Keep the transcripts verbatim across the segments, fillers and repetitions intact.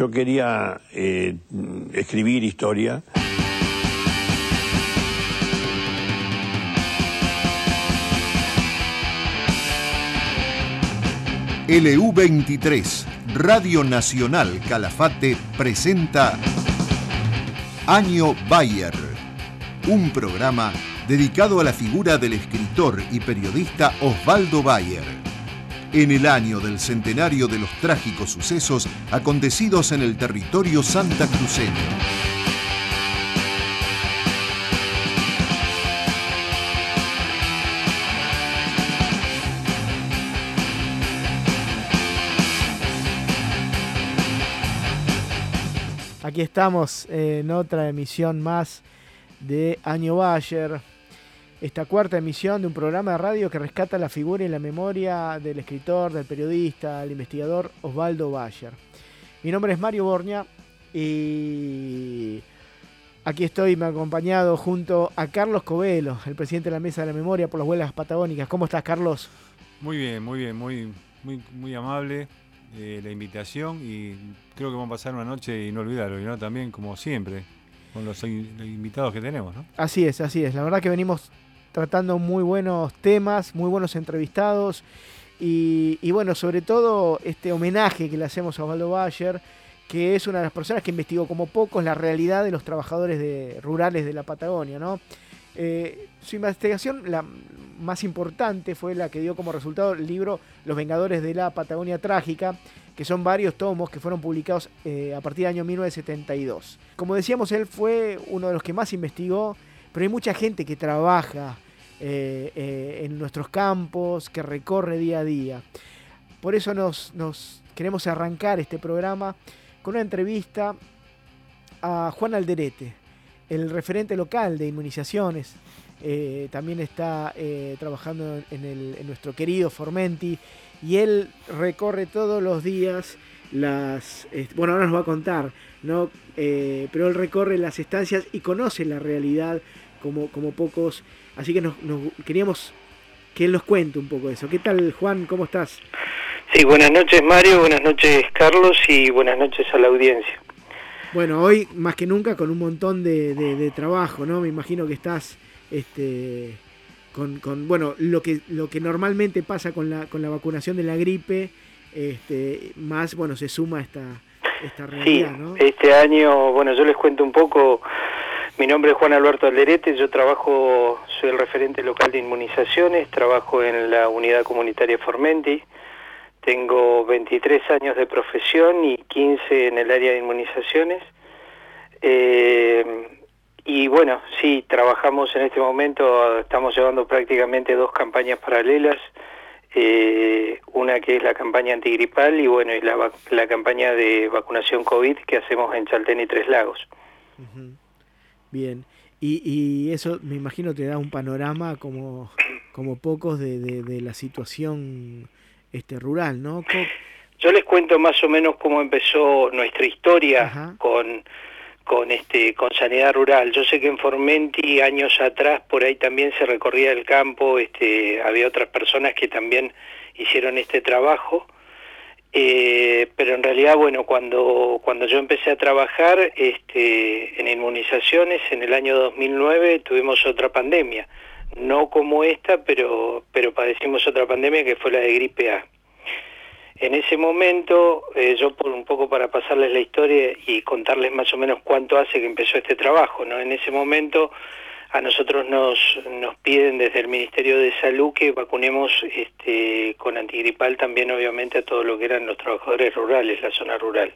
yo quería eh, escribir historia. L U veintitrés, Radio Nacional Calafate, presenta Año Bayer, un programa dedicado a la figura del escritor y periodista Osvaldo Bayer, en el año del centenario de los trágicos sucesos acontecidos en el territorio santacruceño. Aquí estamos en otra emisión más de Año Bayer, esta cuarta emisión de un programa de radio que rescata la figura y la memoria del escritor, del periodista, del investigador Osvaldo Bayer. Mi nombre es Mario Borña y aquí estoy, me he acompañado junto a Carlos Covelo, el presidente de la Mesa de la Memoria por las Huelgas Patagónicas. ¿Cómo estás, Carlos? Muy bien, muy bien, muy, muy, muy amable. Eh, la invitación y creo que vamos a pasar una noche inolvidable, ¿no? También como siempre con los, los invitados que tenemos, ¿no? Así es, así es. La verdad que venimos tratando muy buenos temas, muy buenos entrevistados y, y bueno, sobre todo este homenaje que le hacemos a Osvaldo Bayer, que es una de las personas que investigó como pocos la realidad de los trabajadores de, rurales de la Patagonia, ¿no? Eh, su investigación, la más importante, fue la que dio como resultado el libro Los Vengadores de la Patagonia Trágica, que son varios tomos que fueron publicados eh, a partir del año mil novecientos setenta y dos. Como decíamos, él fue uno de los que más investigó, pero hay mucha gente que trabaja eh, eh, en nuestros campos, que recorre día a día. Por eso nos, nos queremos arrancar este programa con una entrevista a Juan Alderete, el referente local de inmunizaciones. Eh, también está eh, trabajando en, el, en nuestro querido Formenti, y él recorre todos los días las... Eh, bueno, ahora nos va a contar, ¿no? Eh, pero él recorre las estancias y conoce la realidad como, como pocos, así que nos, nos queríamos que él nos cuente un poco de eso. ¿Qué tal, Juan? ¿Cómo estás? Sí, buenas noches, Mario, buenas noches, Carlos, y buenas noches a la audiencia. Bueno, hoy más que nunca con un montón de, de, de trabajo, ¿no? Me imagino que estás este, con, con bueno, lo que lo que normalmente pasa con la con la vacunación de la gripe, este, más, bueno, se suma esta esta realidad, sí, ¿no? Este año, bueno, yo les cuento un poco. Mi nombre es Juan Alberto Alderete, yo trabajo, soy el referente local de inmunizaciones, trabajo en la unidad comunitaria Formenti. Tengo veintitrés años de profesión y quince en el área de inmunizaciones. Eh, y bueno, sí, trabajamos en este momento, estamos llevando prácticamente dos campañas paralelas. Eh, una que es la campaña antigripal y bueno, y la, la campaña de vacunación COVID que hacemos en Chaltén y Tres Lagos. Uh-huh. Bien. Y, y eso, me imagino, te da un panorama como, como pocos de, de, de la situación... este rural, ¿no? ¿Cómo? Yo les cuento más o menos cómo empezó nuestra historia. Ajá. con con este con sanidad rural. Yo sé que en Formenti años atrás por ahí también se recorría el campo, este había otras personas que también hicieron este trabajo, eh, pero en realidad, bueno, cuando cuando yo empecé a trabajar este en inmunizaciones en el año dos mil nueve tuvimos otra pandemia. No como esta, pero pero padecimos otra pandemia que fue la de gripe A. En ese momento, eh, yo por un poco para pasarles la historia y contarles más o menos cuánto hace que empezó este trabajo, ¿no? En ese momento a nosotros nos nos piden desde el Ministerio de Salud que vacunemos este con antigripal también, obviamente, a todo lo que eran los trabajadores rurales, la zona rural.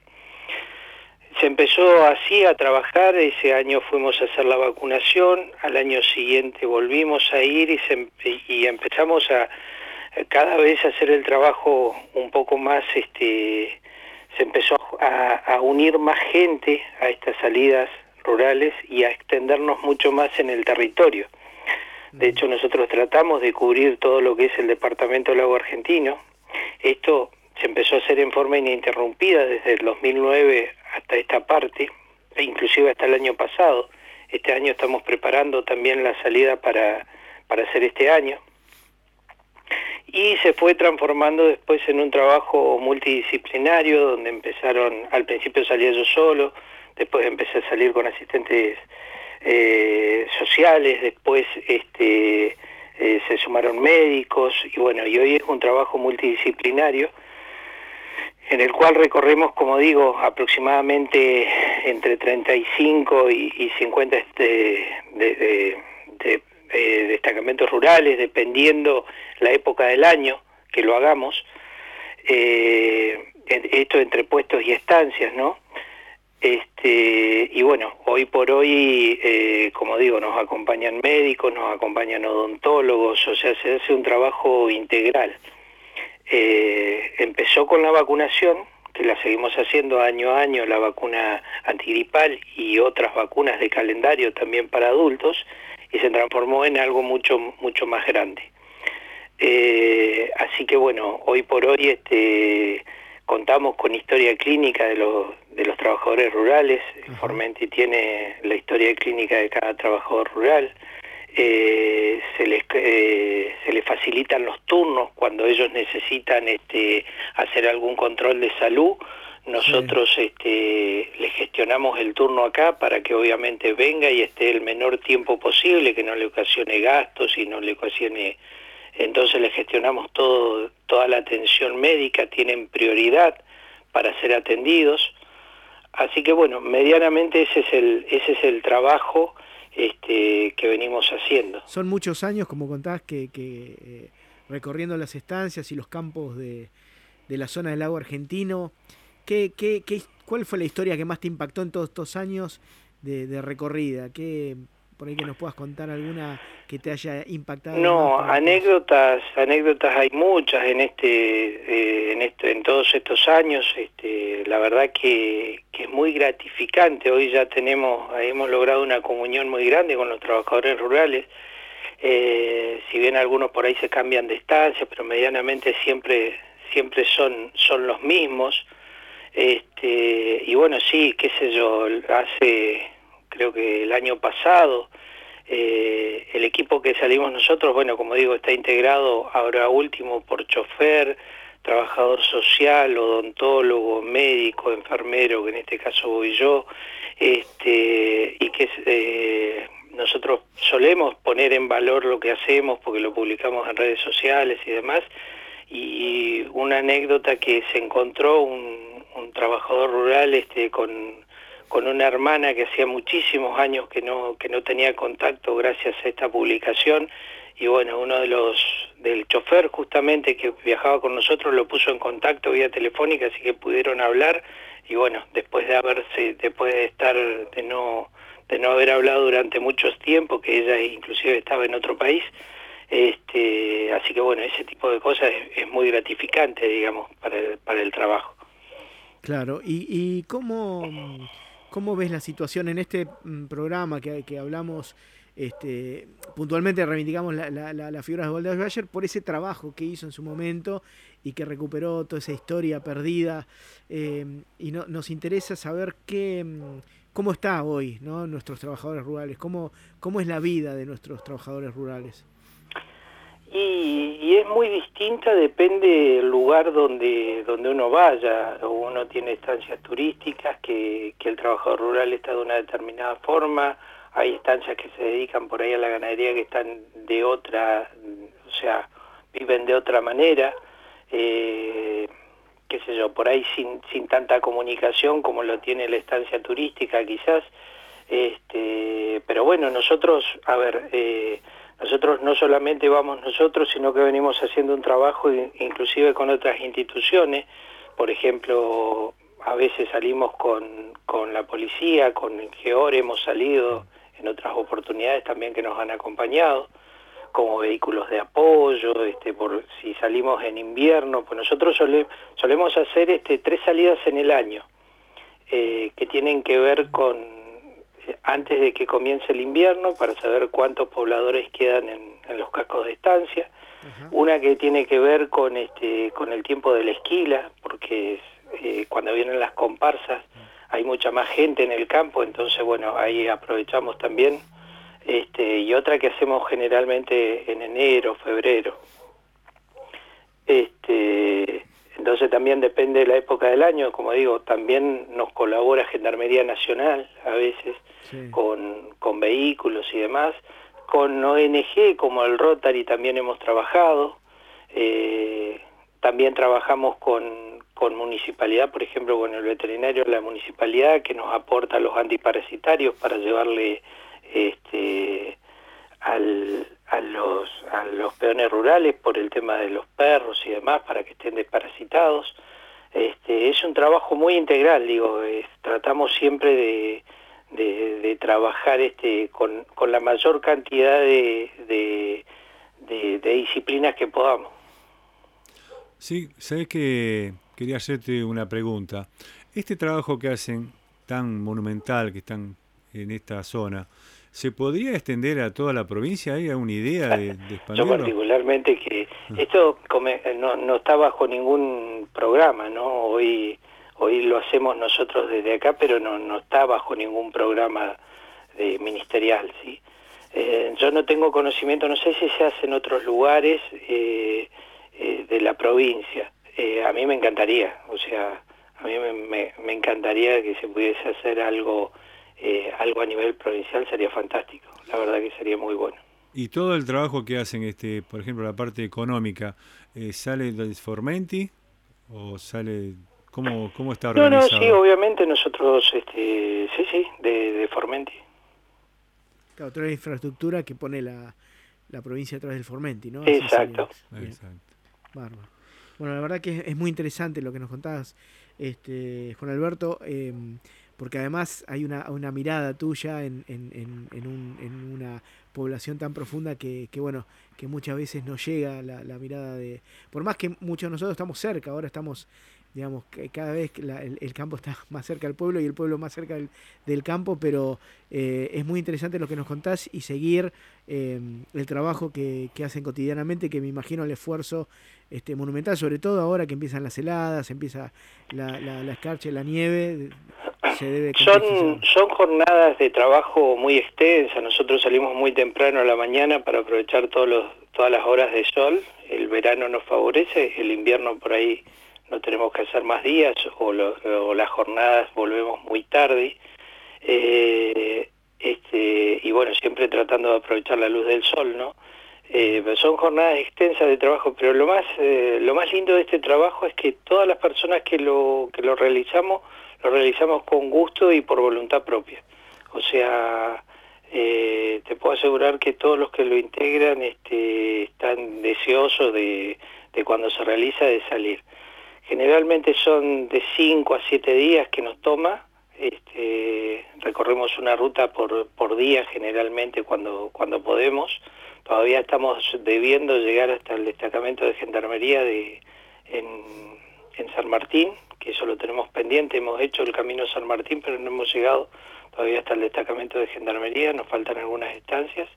Se empezó así a trabajar, ese año fuimos a hacer la vacunación, al año siguiente volvimos a ir y, se, y empezamos a cada vez a hacer el trabajo un poco más, este, se empezó a, a unir más gente a estas salidas rurales y a extendernos mucho más en el territorio. De hecho, nosotros tratamos de cubrir todo lo que es el departamento del Lago Argentino. Esto se empezó a hacer en forma ininterrumpida desde el dos mil nueve hasta esta parte, e inclusive hasta el año pasado. Este año estamos preparando también la salida para, para hacer este año. y se fue transformando después en un trabajo multidisciplinario, donde empezaron, al principio salía yo solo, después empecé a salir con asistentes eh, sociales, después este, eh, se sumaron médicos, y bueno, y hoy es un trabajo multidisciplinario, en el cual recorremos, como digo, aproximadamente entre treinta y cinco y cincuenta este, de, de, de, de destacamentos rurales, dependiendo la época del año que lo hagamos, eh, esto entre puestos y estancias, ¿no? Este, y bueno, hoy por hoy, eh, como digo, nos acompañan médicos, nos acompañan odontólogos, o sea, se hace un trabajo integral. Eh, empezó con la vacunación, que la seguimos haciendo año a año, la vacuna antigripal y otras vacunas de calendario también para adultos, y se transformó en algo mucho mucho más grande. Eh, así que bueno, hoy por hoy este, contamos con historia clínica de los, de los trabajadores rurales. Uh-huh. Formenti tiene la historia clínica de cada trabajador rural. Eh, se les eh, se les facilitan los turnos cuando ellos necesitan este hacer algún control de salud. Nosotros sí. este les gestionamos el turno acá para que obviamente venga y esté el menor tiempo posible, que no le ocasione gastos y no le ocasione. Entonces les gestionamos todo toda la atención médica, tienen prioridad para ser atendidos. Así que bueno, medianamente ese es el ese es el trabajo Este, que venimos haciendo. Son muchos años, como contás, que, que eh, recorriendo las estancias y los campos de, de la zona del lago argentino. ¿Qué, qué, qué, ¿Cuál fue la historia que más te impactó en todos estos años de, de recorrida? ¿Qué, por ahí que nos puedas contar alguna que te haya impactado? No, anécdotas, anécdotas hay muchas en este, eh, en este, en todos estos años. Este, la verdad que, que es muy gratificante. Hoy ya tenemos, hemos logrado una comunión muy grande con los trabajadores rurales. Eh, si bien algunos por ahí se cambian de estancia, pero medianamente siempre, siempre son, son los mismos. Este, y bueno, sí, qué sé yo, hace, creo que el año pasado, eh, el equipo que salimos nosotros, bueno, como digo, está integrado ahora último por chofer, trabajador social, odontólogo, médico, enfermero, que en este caso voy yo, este, y que eh, nosotros solemos poner en valor lo que hacemos porque lo publicamos en redes sociales y demás. Y una anécdota que se encontró un, un trabajador rural este, con, con una hermana que hacía muchísimos años que no, que no tenía contacto gracias a esta publicación, y bueno, uno de los del chofer justamente que viajaba con nosotros lo puso en contacto vía telefónica, así que pudieron hablar, y bueno, después de haberse, después de estar, de no, de no haber hablado durante muchos tiempos, que ella inclusive estaba en otro país, este, así que bueno, ese tipo de cosas es, es muy gratificante, digamos, para el, para el trabajo. Claro, y, y cómo, cómo ves la situación en este programa que, que hablamos, este, puntualmente reivindicamos la, la, la, la figura de Osvaldo Bayer por ese trabajo que hizo en su momento y que recuperó toda esa historia perdida, eh, y no, nos interesa saber qué, cómo está hoy, ¿no?, nuestros trabajadores rurales, cómo, cómo es la vida de nuestros trabajadores rurales. Y, y es muy distinta, depende del lugar donde donde uno vaya. Uno tiene estancias turísticas que, que el trabajador rural está de una determinada forma, hay estancias que se dedican por ahí a la ganadería que están de otra, o sea, viven de otra manera, eh, qué sé yo, por ahí sin, sin tanta comunicación como lo tiene la estancia turística quizás, este, pero bueno, nosotros, a ver, eh, nosotros no solamente vamos nosotros, sino que venimos haciendo un trabajo inclusive con otras instituciones. Por ejemplo, a veces salimos con, con la policía, con el GEOR, hemos salido en otras oportunidades también que nos han acompañado, como vehículos de apoyo, este, por si salimos en invierno, pues nosotros sole, solemos hacer este, tres salidas en el año, eh, que tienen que ver con antes de que comience el invierno, para saber cuántos pobladores quedan en, en los cascos de estancia. Uh-huh. Una que tiene que ver con este con el tiempo de la esquila, porque eh, cuando vienen las comparsas hay mucha más gente en el campo, entonces bueno, ahí aprovechamos también. Este, y otra que hacemos generalmente en enero, febrero. Este, entonces también depende de la época del año, como digo, también nos colabora Gendarmería Nacional a veces, sí, con, con vehículos y demás, con O N G como el Rotary también hemos trabajado, eh, también trabajamos con, con municipalidad, por ejemplo con el veterinario de la municipalidad que nos aporta los antiparasitarios para llevarle este al, a los a los peones rurales por el tema de los perros y demás para que estén desparasitados. Este, es un trabajo muy integral, digo, es, tratamos siempre de, de, de trabajar este con, con la mayor cantidad de, de, de, de disciplinas que podamos. Sí, sabés que quería hacerte una pregunta. Este trabajo que hacen tan monumental, que están en esta zona, ¿se podría extender a toda la provincia? ¿Hay alguna idea de, de expandirlo? Yo particularmente que esto no, no está bajo ningún programa, ¿no? Hoy hoy lo hacemos nosotros desde acá, pero no, no está bajo ningún programa de ministerial, ¿sí? Eh, yo no tengo conocimiento, no sé si se hace en otros lugares eh, eh, de la provincia. Eh, a mí me encantaría, o sea, a mí me, me, me encantaría que se pudiese hacer algo Eh, algo a nivel provincial, sería fantástico, la verdad que sería muy bueno. Y todo el trabajo que hacen, este, por ejemplo, la parte económica, eh, ¿sale del Formenti o sale, cómo, cómo está organizado? No, no, sí, obviamente nosotros, este, sí, sí, de, de Formenti. Claro, toda la infraestructura que pone la, la provincia a través del Formenti, ¿no? Exacto. Exacto. Bárbaro. Bueno, la verdad que es, es muy interesante lo que nos contabas, este, Juan Alberto, eh, porque además hay una, una mirada tuya en, en, en, en, un, en una población tan profunda que, que bueno, que muchas veces no llega la, la mirada de... Por más que muchos de nosotros estamos cerca, ahora estamos, digamos, que cada vez la, el, el campo está más cerca del pueblo y el pueblo más cerca del, del campo, pero eh, es muy interesante lo que nos contás y seguir eh, el trabajo que, que hacen cotidianamente, que me imagino el esfuerzo este monumental, sobre todo ahora que empiezan las heladas, empieza la, la, la escarcha, la nieve... Se debe son, son jornadas de trabajo muy extensas. Nosotros salimos muy temprano a la mañana para aprovechar todos los, todas las horas de sol. El verano nos favorece, el invierno por ahí no tenemos que hacer más días o, lo, o las jornadas volvemos muy tarde. Eh, este, y bueno, siempre tratando de aprovechar la luz del sol, ¿no? Eh, son jornadas extensas de trabajo, pero lo más, eh, lo más lindo de este trabajo es que todas las personas que lo, que lo realizamos lo realizamos con gusto y por voluntad propia. O sea, eh, te puedo asegurar que todos los que lo integran este, están deseosos de, de cuando se realiza de salir. Generalmente son de cinco a siete días que nos toma. Este, recorremos una ruta por, por día generalmente cuando, cuando podemos. Todavía estamos debiendo llegar hasta el destacamento de Gendarmería de, en, en San Martín, que eso lo tenemos pendiente. Hemos hecho el camino San Martín, pero no hemos llegado todavía hasta el destacamento de Gendarmería, nos faltan algunas estancias.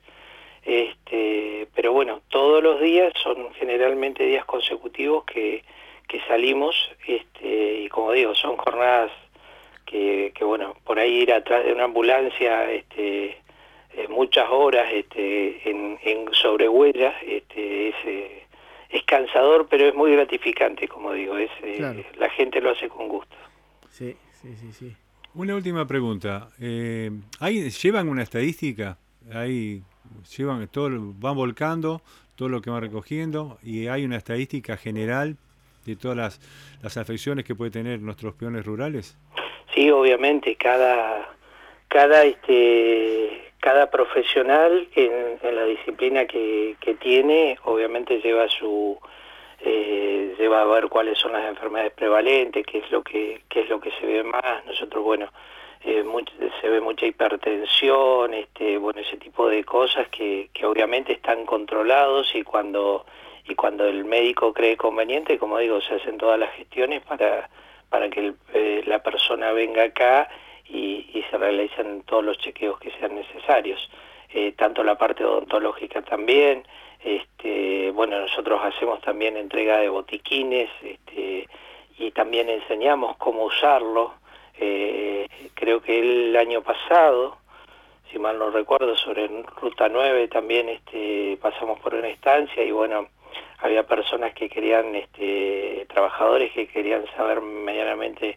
Este, pero bueno, todos los días son generalmente días consecutivos que, que salimos, este, y como digo, son jornadas que, que bueno, por ahí ir atrás de una ambulancia, este, eh, muchas horas este, en, en sobre huellas, este, es... Eh, es cansador, pero es muy gratificante, como digo, es, claro. eh, la gente lo hace con gusto. Sí, sí, sí, sí. Una última pregunta. Eh, ¿hay, ¿Llevan una estadística? Ahí llevan todo, van volcando todo lo que van recogiendo y hay una estadística general de todas las, las afecciones que puede tener nuestros peones rurales. Sí, obviamente, cada cada este cada profesional en, en la disciplina que, que tiene, obviamente lleva su eh, lleva a ver cuáles son las enfermedades prevalentes, qué es lo que qué es lo que se ve más. Nosotros, bueno, eh, mucho, se ve mucha hipertensión, este, bueno, ese tipo de cosas que, que obviamente están controlados y cuando y cuando el médico cree conveniente, como digo, se hacen todas las gestiones para para que el, eh, la persona venga acá y, y se realicen todos los chequeos que sean necesarios, eh, tanto la parte odontológica también. Este, bueno, nosotros hacemos también entrega de botiquines, este, y también enseñamos cómo usarlo. Eh, creo que el año pasado, si mal no recuerdo, sobre Ruta nueve también este, pasamos por una estancia y bueno, había personas que querían, este, trabajadores que querían saber medianamente,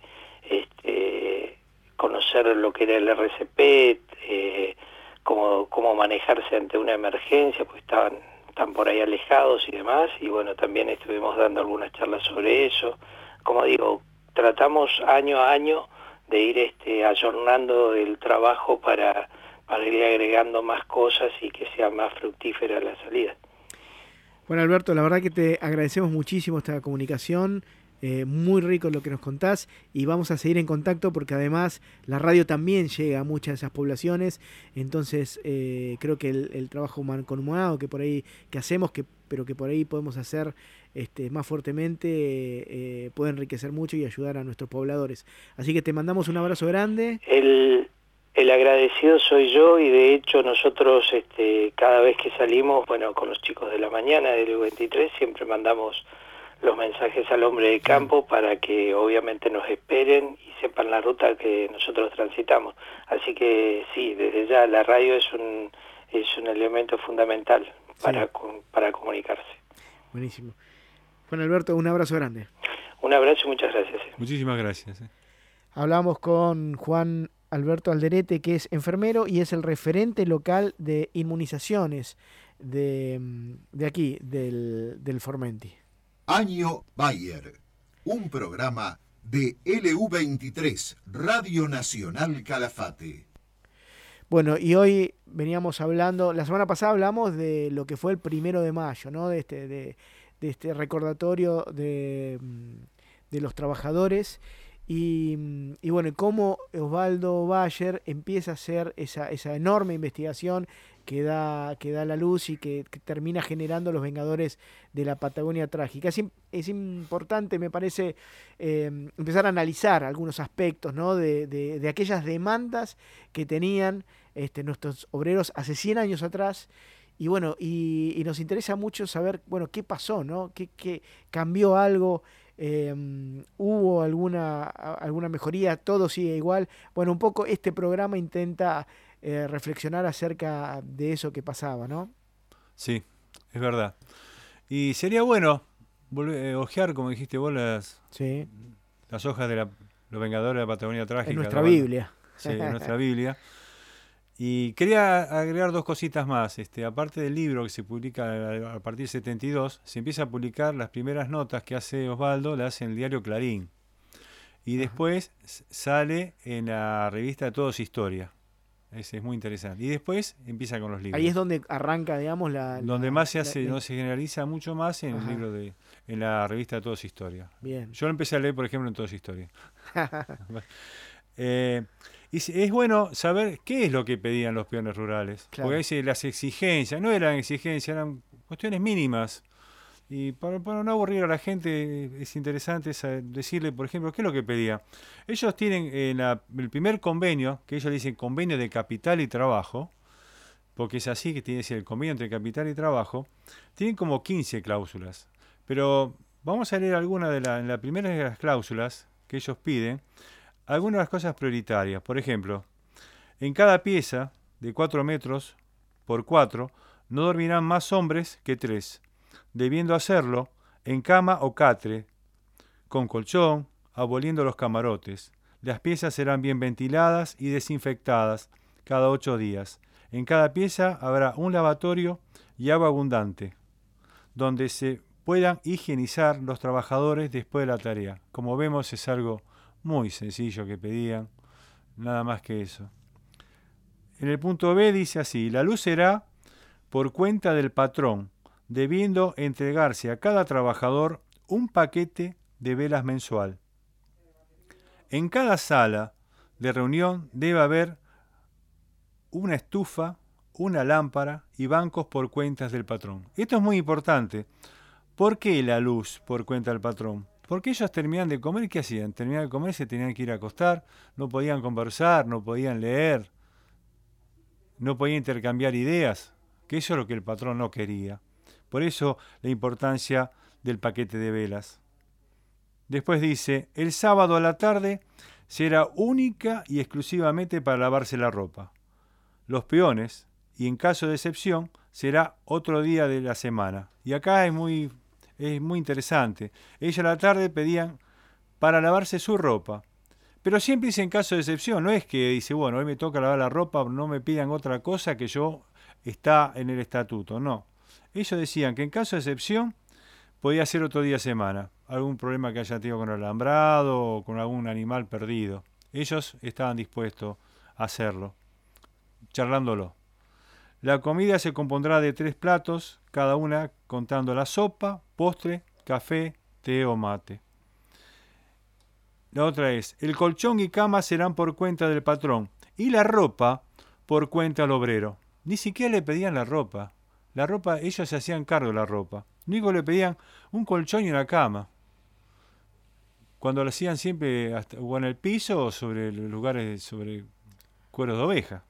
este, conocer lo que era el R C P, eh, cómo, cómo manejarse ante una emergencia, pues estaban, están por ahí alejados y demás, y bueno, también estuvimos dando algunas charlas sobre eso. Como digo, tratamos año a año de ir este, ayornando el trabajo para, para ir agregando más cosas y que sea más fructífera la salida. Bueno, Alberto, la verdad que te agradecemos muchísimo esta comunicación, eh, muy rico lo que nos contás, y vamos a seguir en contacto porque además la radio también llega a muchas de esas poblaciones, entonces eh, creo que el, el trabajo mancomunado que por ahí que hacemos, que pero que por ahí podemos hacer este, más fuertemente, eh, puede enriquecer mucho y ayudar a nuestros pobladores. Así que te mandamos un abrazo grande. El, el agradecido soy yo, y de hecho nosotros este, cada vez que salimos, bueno, con los chicos de la mañana del E U veintitrés, siempre mandamos los mensajes al hombre de campo para que obviamente nos esperen y sepan la ruta que nosotros transitamos. Así que sí, desde ya la radio es un, es un elemento fundamental para, sí. para comunicarse. Buenísimo. Bueno, Alberto, un abrazo grande. Un abrazo y muchas gracias. Muchísimas gracias. Eh. Hablamos con Juan Alberto Alderete, que es enfermero y es el referente local de inmunizaciones de, de aquí, del, del Formenti. Año Bayer, un programa de L U veintitrés, Radio Nacional Calafate. Bueno, y hoy veníamos hablando, la semana pasada hablamos de lo que fue el primero de mayo, ¿no? De este, de, de este recordatorio de, de los trabajadores. Y, y bueno, cómo Osvaldo Bayer empieza a hacer esa, esa enorme investigación que da, que da la luz y que, que termina generando los Vengadores de la Patagonia Trágica. Es, es importante, me parece, eh, empezar a analizar algunos aspectos, ¿no? de, de, de aquellas demandas que tenían este, nuestros obreros hace cien años atrás. Y bueno, y, y nos interesa mucho saber, bueno, qué pasó, ¿no? ¿Qué, qué cambió algo? Eh, ¿Hubo alguna, alguna mejoría? ¿Todo sigue igual? Bueno, un poco este programa intenta eh, reflexionar acerca de eso que pasaba, ¿no? Sí, es verdad. Y sería bueno volver, eh, ojear, como dijiste vos, las, sí. las hojas de la, los Vengadores de la Patagonia Trágica. En nuestra ¿no? Biblia. Sí, en nuestra Biblia. Y quería agregar dos cositas más. Este, aparte del libro que se publica a partir del setenta y dos, se empieza a publicar las primeras notas que hace Osvaldo, las hace en el diario Clarín. Y después Ajá. sale en la revista de Todos Historia. Ese es muy interesante. Y después empieza con los libros. Ahí es donde arranca, digamos, la... Donde la, más se hace, la, no se generaliza mucho más en Ajá. el libro de, en la revista de Todos Historia. Bien. Yo lo empecé a leer, por ejemplo, en Todos Historia. eh, Y es bueno saber qué es lo que pedían los peones rurales. Claro. Porque dice las exigencias, no eran exigencias, eran cuestiones mínimas. Y para, para no aburrir a la gente, es interesante decirle, por ejemplo, qué es lo que pedían. Ellos tienen en la, el primer convenio, que ellos dicen convenio de capital y trabajo, porque es así que tiene que ser el convenio entre capital y trabajo, tienen como quince cláusulas. Pero vamos a leer algunas de la, en la primera de las cláusulas que ellos piden. Algunas de las cosas prioritarias, por ejemplo, en cada pieza de cuatro metros por cuatro no dormirán más hombres que tres, debiendo hacerlo en cama o catre, con colchón, aboliendo los camarotes. Las piezas serán bien ventiladas y desinfectadas cada ocho días. En cada pieza habrá un lavatorio y agua abundante, donde se puedan higienizar los trabajadores después de la tarea. Como vemos, es algo muy sencillo que pedían, nada más que eso. En el punto B dice así: la luz será por cuenta del patrón, debiendo entregarse a cada trabajador un paquete de velas mensual. En cada sala de reunión debe haber una estufa, una lámpara y bancos por cuentas del patrón. Esto es muy importante. ¿Por qué la luz por cuenta del patrón? Porque ellos terminaban de comer, ¿qué hacían? Terminaban de comer, se tenían que ir a acostar, no podían conversar, no podían leer, no podían intercambiar ideas, que eso es lo que el patrón no quería. Por eso la importancia del paquete de velas. Después dice, el sábado a la tarde será única y exclusivamente para lavarse la ropa. Los peones, y en caso de excepción, será otro día de la semana. Y acá es muy es muy interesante. Ellos a la tarde pedían para lavarse su ropa. Pero siempre dice en caso de excepción, no es que dice, bueno, hoy me toca lavar la ropa, no me pidan otra cosa que yo está en el estatuto, no. Ellos decían que en caso de excepción podía ser otro día de semana, algún problema que haya tenido con el alambrado o con algún animal perdido. Ellos estaban dispuestos a hacerlo, charlándolo. La comida se compondrá de tres platos, cada una contando la sopa, postre, café, té o mate. La otra es, el colchón y cama serán por cuenta del patrón y la ropa por cuenta del obrero. Ni siquiera le pedían la ropa. La ropa, ellos se hacían cargo de la ropa. Único le pedían un colchón y una cama. Cuando lo hacían siempre hasta, o en el piso o sobre lugares, sobre cueros de oveja.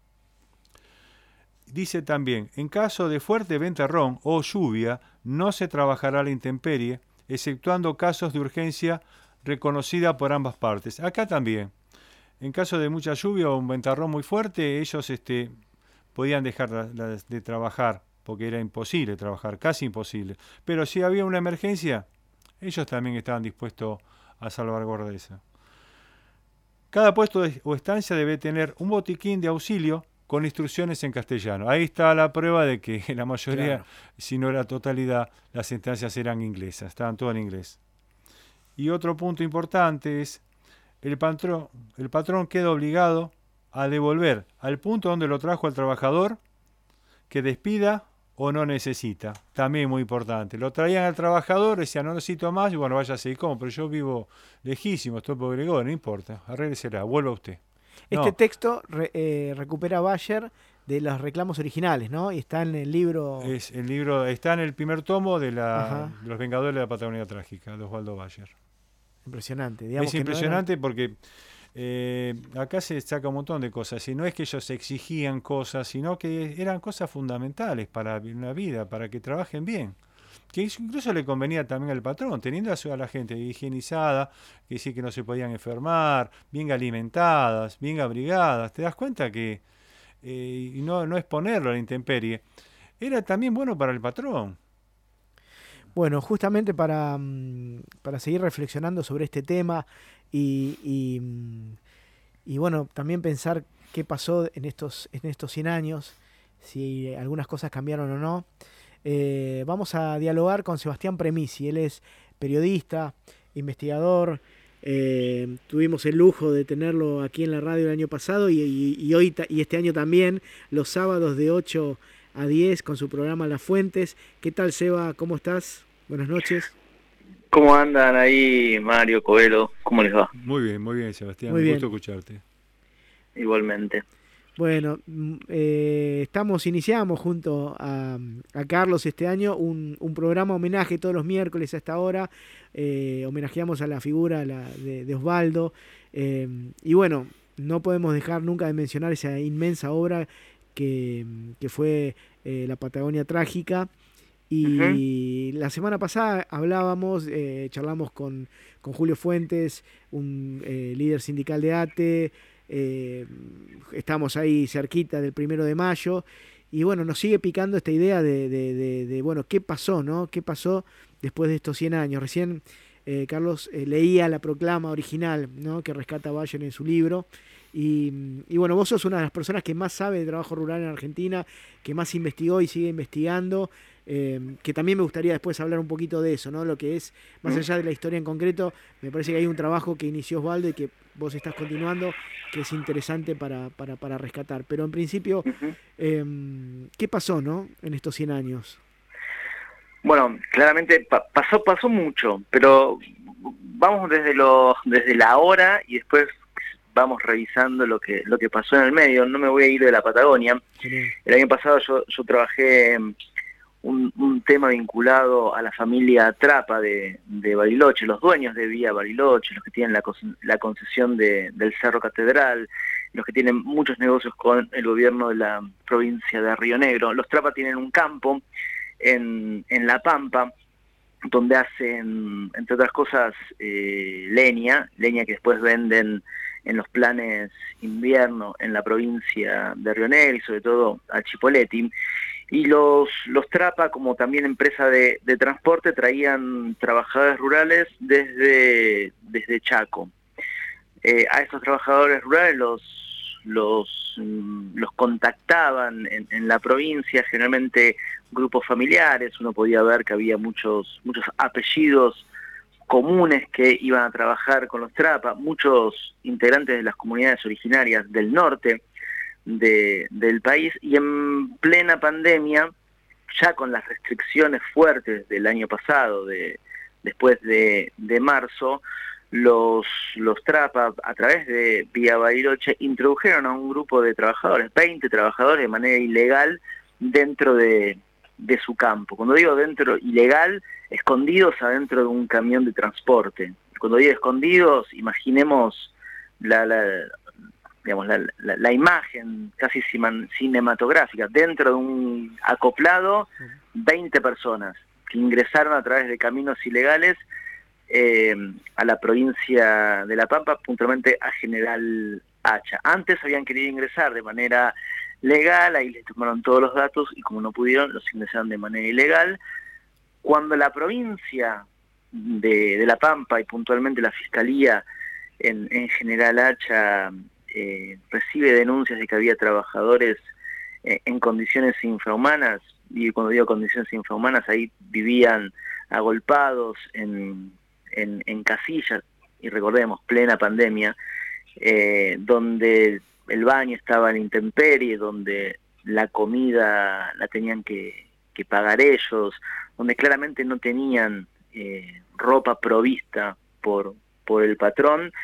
Dice también, en caso de fuerte ventarrón o lluvia, no se trabajará a la intemperie, exceptuando casos de urgencia reconocida por ambas partes. Acá también, en caso de mucha lluvia o un ventarrón muy fuerte, ellos este, podían dejar de trabajar, porque era imposible trabajar, casi imposible. Pero si había una emergencia, ellos también estaban dispuestos a salvaguardar eso. Cada puesto de, o estancia debe tener un botiquín de auxilio con instrucciones en castellano. Ahí está la prueba de que la mayoría, claro, si no la totalidad, las estancias eran inglesas, estaban todas en inglés. Y otro punto importante es, el patrón, el patrón queda obligado a devolver al punto donde lo trajo al trabajador que despida o no necesita. También muy importante. Lo traían al trabajador, decían no necesito más, y bueno, vaya a seguir como, pero yo vivo lejísimo, estoy por Gregorio, no importa, arréglesela, vuelva usted. Este No. texto re, eh, recupera Bayer de los reclamos originales, ¿no? Y está en el libro... Es el libro está en el primer tomo de, la, de Los Vengadores de la Patagonia Trágica, de Osvaldo Bayer. Impresionante. Digamos es que impresionante no era... porque eh, acá se saca un montón de cosas. Y no es que ellos exigían cosas, sino que eran cosas fundamentales para la vida, para que trabajen bien. Que incluso le convenía también al patrón, teniendo a la gente higienizada, que sí que no se podían enfermar, bien alimentadas, bien abrigadas. ¿Te das cuenta que, eh, y no, no exponerlo a la intemperie, era también bueno para el patrón? Bueno, justamente para, para seguir reflexionando sobre este tema y, y, y bueno, también pensar qué pasó en estos, en estos cien años, si algunas cosas cambiaron o no, eh, vamos a dialogar con Sebastián Premisi. Él es periodista, investigador, eh, tuvimos el lujo de tenerlo aquí en la radio el año pasado y, y, y, hoy, y este año también, los sábados de ocho a diez con su programa Las Fuentes. ¿Qué tal, Seba? ¿Cómo estás? Buenas noches. ¿Cómo andan ahí, Mario, Coelho? ¿Cómo les va? Muy bien, muy bien, Sebastián. Muy Un bien. gusto escucharte. Igualmente. Bueno, eh, estamos, iniciamos junto a, a Carlos este año un, un programa homenaje todos los miércoles a esta hora. Eh, homenajeamos a la figura la, de, de Osvaldo. Eh, y bueno, no podemos dejar nunca de mencionar esa inmensa obra que, que fue eh, La Patagonia Trágica. Y uh-huh. La semana pasada hablábamos, eh, charlamos con, con Julio Fuentes, un eh, líder sindical de A T E, eh, estamos ahí cerquita del primero de mayo, y bueno, nos sigue picando esta idea de, de, de, de bueno, ¿qué pasó, no? ¿Qué pasó después de estos cien años? Recién eh, Carlos eh, leía la proclama original, ¿no?, que rescata Bayer en su libro. Y, y bueno, vos sos una de las personas que más sabe de trabajo rural en Argentina, que más investigó y sigue investigando, eh, que también me gustaría después hablar un poquito de eso, ¿no? Lo que es, más allá de la historia en concreto, me parece que hay un trabajo que inició Osvaldo y que vos estás continuando, que es interesante para, para, para rescatar. Pero en principio, eh, ¿qué pasó, no?, en estos cien años? Bueno, claramente pa- pasó pasó mucho, pero vamos desde lo desde la hora y después vamos revisando lo que lo que pasó en el medio. No me voy a ir de la Patagonia. Sí. El año pasado yo, yo trabajé un, un tema vinculado a la familia Trapa de, de Bariloche, los dueños de Vía Bariloche, los que tienen la, la concesión de, del Cerro Catedral, los que tienen muchos negocios con el gobierno de la provincia de Río Negro. Los Trapa tienen un campo en, en La Pampa, donde hacen, entre otras cosas, eh, leña, leña que después venden en los planes invierno en la provincia de Río Negro y sobre todo a Chipoleti. y los, los Trapa, como también empresa de, de transporte, traían trabajadores rurales desde, desde Chaco. Eh, a estos trabajadores rurales los, los, los contactaban en, en la provincia, generalmente grupos familiares. Uno podía ver que había muchos, muchos apellidos comunes que iban a trabajar con los Trapa, muchos integrantes de las comunidades originarias del norte de, del país, y en plena pandemia, ya con las restricciones fuertes del año pasado, de, después de, de marzo, los, los Trapa, a través de Vía Bariloche, introdujeron a un grupo de trabajadores, veinte trabajadores de manera ilegal dentro de, de su campo. Cuando digo dentro, ilegal, escondidos adentro de un camión de transporte. Cuando digo escondidos, imaginemos la, la, digamos, la, la, la imagen casi cinematográfica, dentro de un acoplado, veinte personas que ingresaron a través de caminos ilegales eh, a la provincia de La Pampa, puntualmente a General Hacha. Antes habían querido ingresar de manera legal, ahí les tomaron todos los datos y como no pudieron, los ingresaron de manera ilegal. Cuando la provincia de, de La Pampa y puntualmente la Fiscalía en, en General Hacha eh, recibe denuncias de que había trabajadores eh, en condiciones infrahumanas, y cuando digo condiciones infrahumanas, ahí vivían agolpados en, en, en casillas, y recordemos, plena pandemia, eh, donde el baño estaba en intemperie, donde la comida la tenían que, que pagar ellos, donde claramente no tenían eh, ropa provista por, por el patrón.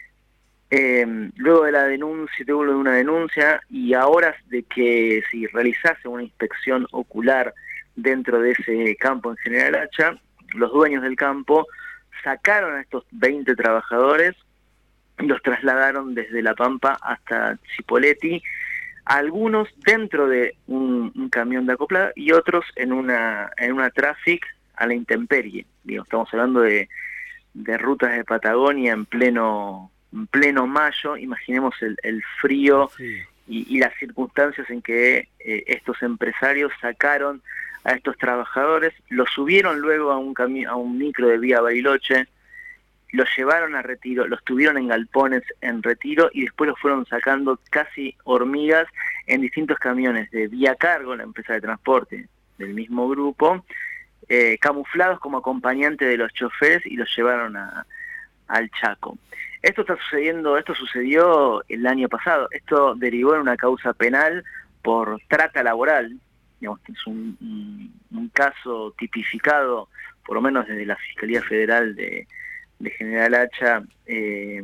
Eh, luego de la denuncia, luego de una denuncia, y a horas de que se realizase una inspección ocular dentro de ese campo en General Hacha, los dueños del campo sacaron a estos veinte trabajadores y los trasladaron desde La Pampa hasta Chipoleti, algunos dentro de un, un camión de acoplada y otros en una en una traffic a la intemperie. Digo, estamos hablando de, de rutas de Patagonia en pleno en pleno mayo. Imaginemos el, el frío sí. y, y las circunstancias en que eh, estos empresarios sacaron a estos trabajadores, los subieron luego a un cami- a un micro de Vía Bariloche, los llevaron a Retiro, los tuvieron en galpones en Retiro y después los fueron sacando casi hormigas en distintos camiones de Vía Cargo, la empresa de transporte del mismo grupo, eh, camuflados como acompañantes de los choferes, y los llevaron a, al Chaco. Esto está sucediendo, esto sucedió el año pasado, esto derivó en una causa penal por trata laboral, digamos, es un, un, un caso tipificado, por lo menos desde la Fiscalía Federal de de General Hacha, eh,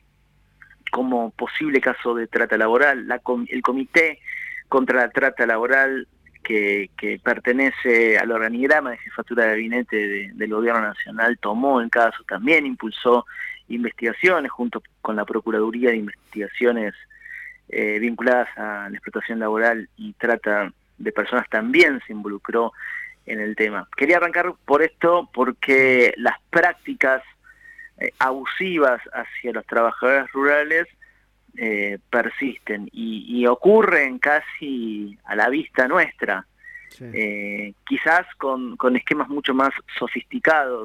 como posible caso de trata laboral. La com- el Comité contra la Trata Laboral, que, que pertenece al organigrama de jefatura de gabinete de, del Gobierno Nacional, tomó el caso, también impulsó investigaciones junto con la Procuraduría de Investigaciones eh, vinculadas a la explotación laboral y trata de personas, también se involucró en el tema. Quería arrancar por esto porque las prácticas Eh, abusivas hacia los trabajadores rurales eh, persisten y, y ocurren casi a la vista nuestra, sí. eh, quizás con, con esquemas mucho más sofisticados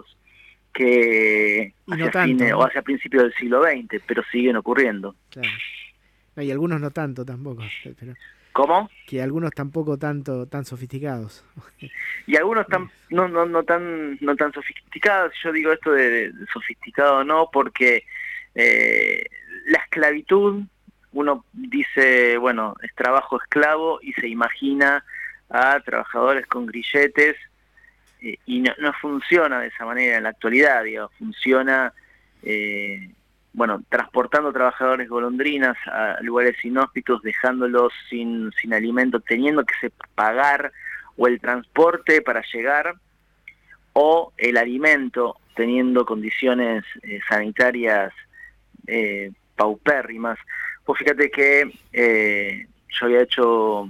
que hacia, no tanto, fines, ¿no? o hacia principios del siglo veinte, pero siguen ocurriendo. Claro. No, y algunos no tanto tampoco. Pero... ¿Cómo? Que algunos tampoco tanto tan sofisticados. Y algunos tan, no, no, no tan no tan sofisticados. Yo digo esto de, de sofisticado no, porque eh, la esclavitud, uno dice, bueno, es trabajo esclavo y se imagina a trabajadores con grilletes eh, y no, no funciona de esa manera en la actualidad, digo, funciona... Eh, bueno, transportando trabajadores golondrinas a lugares inhóspitos, dejándolos sin, sin alimento, teniendo que se pagar o el transporte para llegar o el alimento, teniendo condiciones eh, sanitarias eh, paupérrimas. Pues fíjate que eh, yo había hecho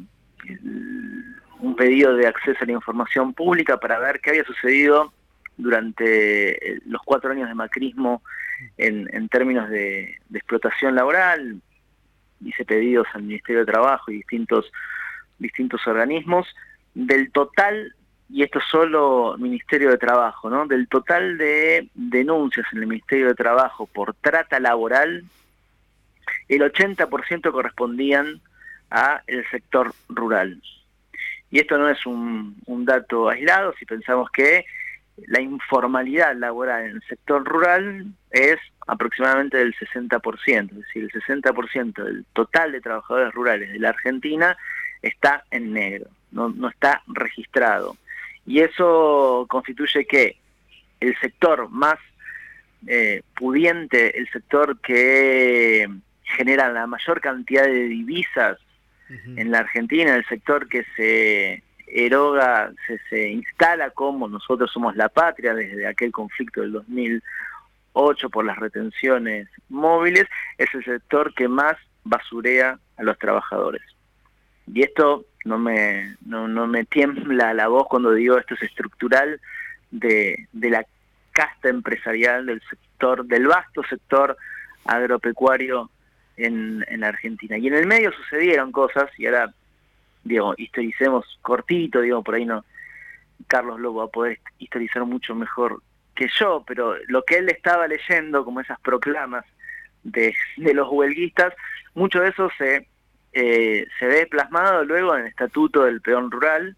un pedido de acceso a la información pública para ver qué había sucedido durante los cuatro años de macrismo en, en términos de, de explotación laboral. Hice pedidos al Ministerio de Trabajo y distintos, distintos organismos, del total, y esto solo Ministerio de Trabajo, ¿no? Del total de denuncias en el Ministerio de Trabajo por trata laboral, el ochenta por ciento correspondían a el sector rural. Y esto no es un, un dato aislado si pensamos que la informalidad laboral en el sector rural es aproximadamente del sesenta por ciento, es decir, el sesenta por ciento del total de trabajadores rurales de la Argentina está en negro, no, no está registrado. Y eso constituye que el sector más eh, pudiente, el sector que genera la mayor cantidad de divisas uh-huh. en la Argentina, el sector que se eroga, se, se instala como nosotros somos la patria desde aquel conflicto del dos mil ocho por las retenciones móviles, es el sector que más basurea a los trabajadores. Y esto no me, no, no me tiembla la voz cuando digo esto es estructural de, de la casta empresarial del sector, del vasto sector agropecuario en, en la Argentina. Y en el medio sucedieron cosas, y ahora, digo, historicemos cortito, digo, por ahí no, Carlos lo va a poder historizar mucho mejor que yo, pero lo que él estaba leyendo, como esas proclamas de, de los huelguistas, mucho de eso se... Eh, se ve plasmado luego en el Estatuto del Peón Rural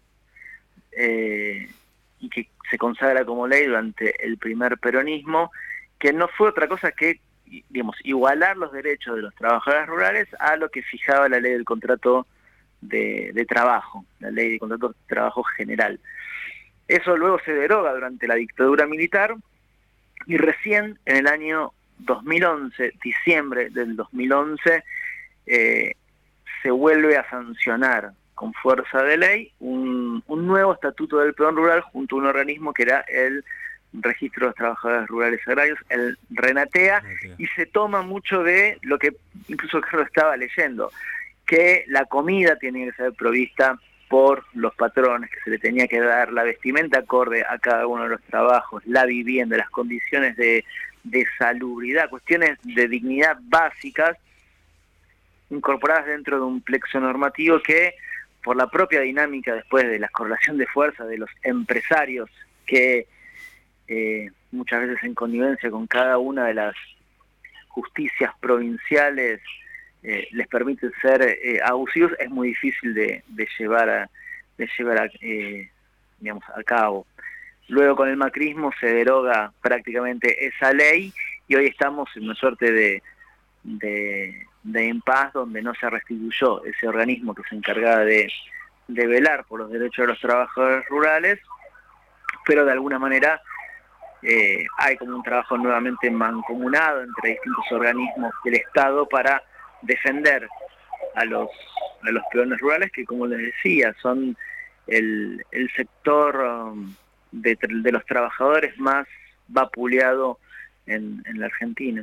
eh, y que se consagra como ley durante el primer peronismo, que no fue otra cosa que, digamos, igualar los derechos de los trabajadores rurales a lo que fijaba la ley del contrato de, de trabajo, la ley de contrato de trabajo general. Eso luego se deroga durante la dictadura militar y recién en el año dos mil once, diciembre del dos mil once, eh, se vuelve a sancionar con fuerza de ley un, un nuevo estatuto del peón rural junto a un organismo que era el Registro de los Trabajadores Rurales Agrarios, el RENATEA, y se toma mucho de lo que incluso Carlos estaba leyendo, que la comida tiene que ser provista por los patrones, que se le tenía que dar la vestimenta acorde a cada uno de los trabajos, la vivienda, las condiciones de, de salubridad, cuestiones de dignidad básicas, incorporadas dentro de un plexo normativo que, por la propia dinámica después de la correlación de fuerza de los empresarios que eh, muchas veces en connivencia con cada una de las justicias provinciales eh, les permite ser eh, abusivos, es muy difícil de, de llevar a, de llevar a, eh, digamos, a cabo. Luego con el macrismo se deroga prácticamente esa ley y hoy estamos en una suerte de, de de impas donde no se restituyó ese organismo que se encargaba de, de velar por los derechos de los trabajadores rurales, pero de alguna manera eh, hay como un trabajo nuevamente mancomunado entre distintos organismos del Estado para defender a los, a los peones rurales, que como les decía, son el, el sector um, de, de los trabajadores más vapuleado en, en la Argentina.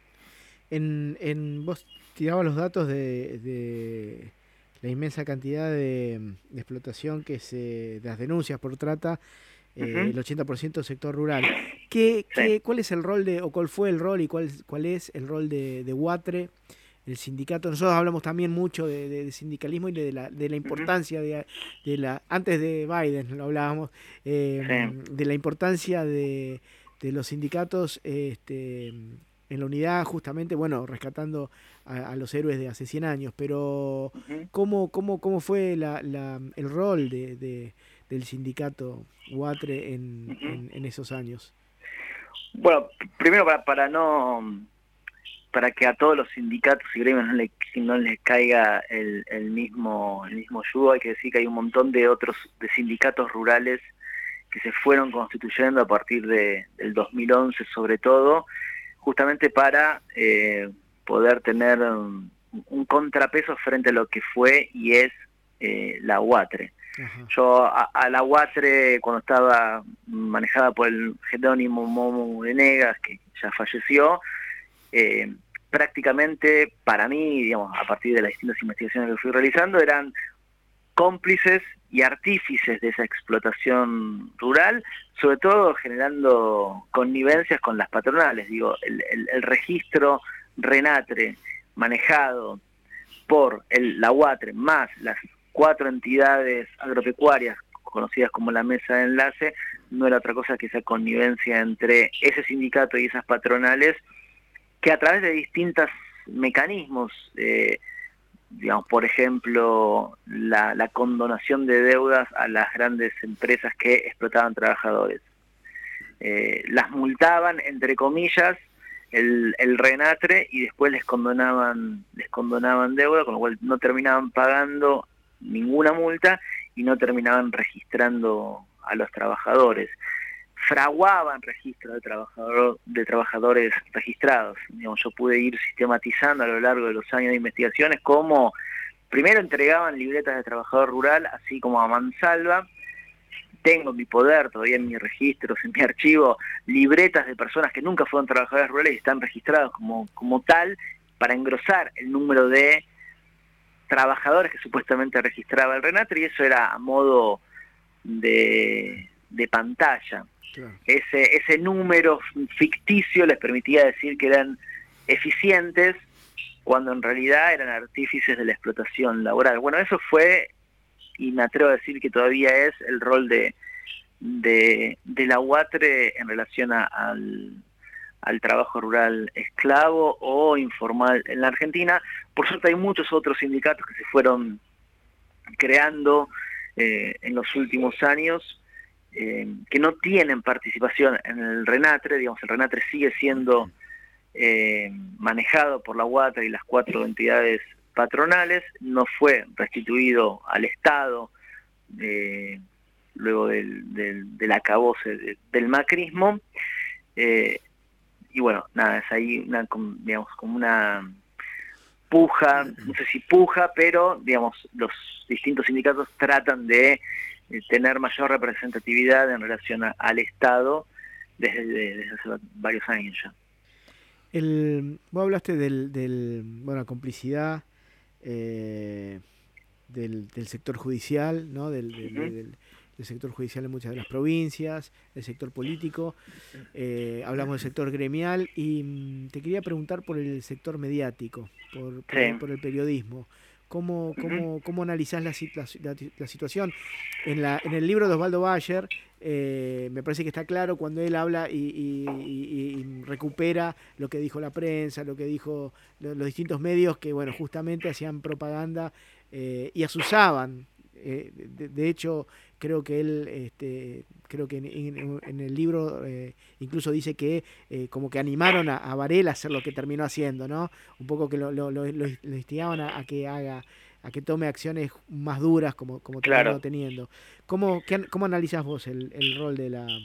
En, en vos tirabas los datos de, de la inmensa cantidad de, de explotación que se, de las denuncias por trata, eh, uh-huh. el ochenta por ciento del sector rural. ¿Qué, sí. qué, ¿Cuál es el rol de, o cuál fue el rol y cuál, cuál es el rol de, de UATRE, el sindicato? Nosotros hablamos también mucho de, de, de sindicalismo y de la, de la importancia uh-huh. de, de la, antes de Biden lo hablábamos, eh, sí. de la importancia de, de los sindicatos, este, en la unidad, justamente, bueno, rescatando a, a los héroes de hace cien años, pero uh-huh. ¿cómo, cómo, cómo fue la, la, el rol de, de, del sindicato UATRE en, uh-huh. en, en esos años? Bueno, primero para, para no para que a todos los sindicatos y gremios no, le, no les caiga el, el mismo el mismo yugo, hay que decir que hay un montón de otros de sindicatos rurales que se fueron constituyendo a partir de, del dos mil once, sobre todo, justamente para eh, poder tener un, un contrapeso frente a lo que fue y es eh, la UATRE. Uh-huh. Yo a, a la UATRE, cuando estaba manejada por el Jerónimo Momo Venegas, que ya falleció, eh, prácticamente para mí, digamos, a partir de las distintas investigaciones que fui realizando, eran cómplices y artífices de esa explotación rural, sobre todo generando connivencias con las patronales. Digo, el, el, el registro RENATRE manejado por el, la UATRE más las cuatro entidades agropecuarias conocidas como la mesa de enlace, no era otra cosa que esa connivencia entre ese sindicato y esas patronales, que a través de distintos mecanismos, eh, digamos, por ejemplo, la, la condonación de deudas a las grandes empresas que explotaban trabajadores. Eh, las multaban, entre comillas, el, el RENATRE, y después les condonaban, les condonaban deuda, con lo cual no terminaban pagando ninguna multa y no terminaban registrando a los trabajadores. Fraguaban registros de, trabajador, de trabajadores registrados. Digamos, yo pude ir sistematizando a lo largo de los años de investigaciones cómo primero entregaban libretas de trabajador rural, así como a mansalva. Tengo en mi poder, todavía en mis registros, en mi archivo, libretas de personas que nunca fueron trabajadores rurales y están registrados como, como tal, para engrosar el número de trabajadores que supuestamente registraba el RENATRE, y eso era a modo de, de pantalla. Claro. Ese, ese número ficticio les permitía decir que eran eficientes, cuando en realidad eran artífices de la explotación laboral. Bueno, eso fue, y me atrevo a decir que todavía es, el rol de, de, de la UATRE en relación a, al, al trabajo rural esclavo o informal en la Argentina. Por suerte hay muchos otros sindicatos que se fueron creando eh, en los últimos años, eh, que no tienen participación en el RENATRE. Digamos, el RENATRE sigue siendo eh, manejado por la UATRE y las cuatro entidades patronales, no fue restituido al Estado eh, luego del, del, del acabose de, del macrismo, eh, y bueno, nada, es ahí una, digamos, como una puja, no sé si puja, pero digamos, los distintos sindicatos tratan de eh, tener mayor representatividad en relación a, al Estado desde, desde hace varios años ya. El, vos hablaste del, del bueno, complicidad eh, del, del sector judicial, ¿no? Del, del, uh-huh. del, del sector judicial en muchas de las provincias, el sector político, eh, hablamos del sector gremial, y mmm, te quería preguntar por el sector mediático, por, por, sí. por el periodismo. ¿Cómo, cómo, cómo analizás la, la, la situación? En, la, en el libro de Osvaldo Bayer, eh, me parece que está claro cuando él habla y, y, y, y recupera lo que dijo la prensa, lo que dijo los, los distintos medios que, bueno, justamente hacían propaganda eh, y asusaban. Eh, de, de hecho, creo que él, este, creo que en, en, en el libro eh, incluso dice que eh, como que animaron a, a Varela a hacer lo que terminó haciendo, ¿no? Un poco que lo, lo, lo, lo instigaban a, a que haga, a que tome acciones más duras como, como terminó claro. teniendo. ¿Cómo, qué, cómo analizás vos el, el rol de la...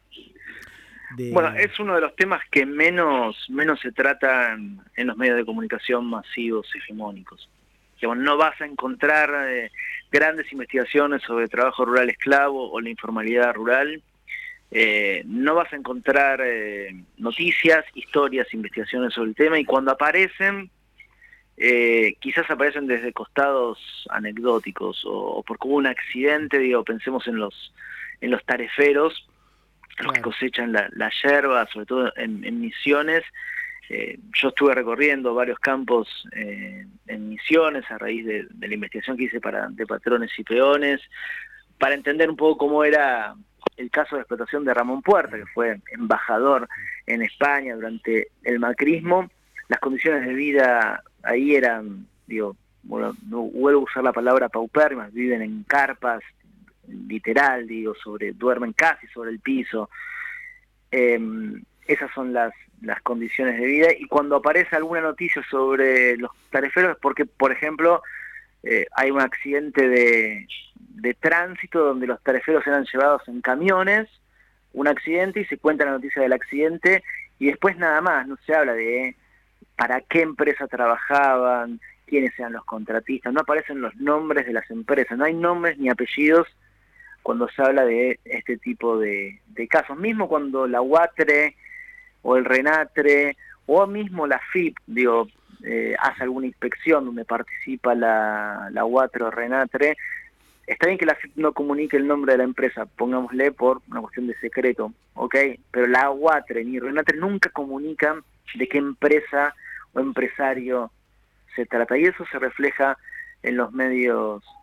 De... Bueno, es uno de los temas que menos, menos se tratan en los medios de comunicación masivos, hegemónicos. No vas a encontrar eh, grandes investigaciones sobre trabajo rural esclavo o la informalidad rural. Eh, no vas a encontrar eh, noticias, historias, investigaciones sobre el tema, y cuando aparecen, eh, quizás aparecen desde costados anecdóticos o, o porque hubo un accidente. Digo, pensemos en los en los tareferos, claro. los que cosechan la, la yerba, sobre todo en, en Misiones. Eh, yo estuve recorriendo varios campos eh, en Misiones a raíz de, de la investigación que hice para de patrones y peones, para entender un poco cómo era el caso de explotación de Ramón Puerta, que fue embajador en España durante el macrismo. Las condiciones de vida ahí eran, digo, bueno, no vuelvo a usar la palabra paupérrimas, viven en carpas, literal, digo, sobre duermen casi sobre el piso. Eh, esas son las las condiciones de vida, y cuando aparece alguna noticia sobre los tareferos es porque, por ejemplo, eh, hay un accidente de, de tránsito donde los tareferos eran llevados en camiones, un accidente, y se cuenta la noticia del accidente, y después nada más, no se habla de para qué empresa trabajaban, quiénes eran los contratistas, no aparecen los nombres de las empresas, no hay nombres ni apellidos cuando se habla de este tipo de, de casos. Mismo cuando la UATRE o el RENATRE, o mismo la F I P, digo, eh, hace alguna inspección donde participa la, la UATRE o RENATRE, está bien que la F I P no comunique el nombre de la empresa, pongámosle por una cuestión de secreto, ¿ok? Pero la UATRE ni RENATRE nunca comunican de qué empresa o empresario se trata, y eso se refleja en los medios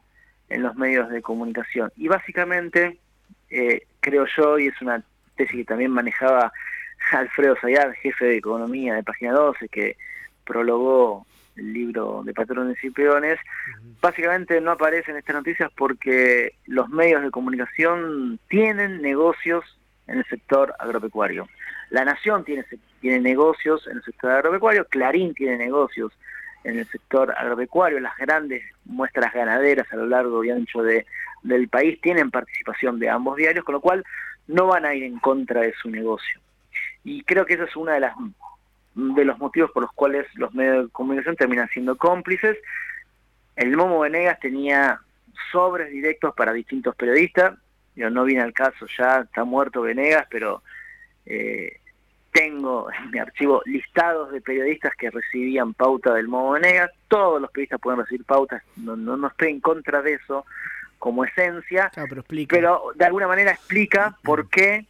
en los medios de comunicación. Y básicamente, eh, creo yo, y es una tesis que también manejaba Alfredo Zayat, jefe de Economía de Página doce, que prologó el libro de Patrones y Peones, básicamente no aparecen estas noticias porque los medios de comunicación tienen negocios en el sector agropecuario. La Nación tiene, tiene negocios en el sector agropecuario, Clarín tiene negocios en el sector agropecuario, las grandes muestras ganaderas a lo largo y ancho de, del país tienen participación de ambos diarios, con lo cual no van a ir en contra de su negocio. Y creo que esa es una de las de los motivos por los cuales los medios de comunicación terminan siendo cómplices. El Momo Venegas tenía sobres directos para distintos periodistas. Yo no viene al caso, ya está muerto Venegas, pero eh, tengo en mi archivo listados de periodistas que recibían pauta del Momo Venegas. Todos los periodistas pueden recibir pautas, no, no, no estoy en contra de eso como esencia, ah, pero, explica. pero de alguna manera explica por qué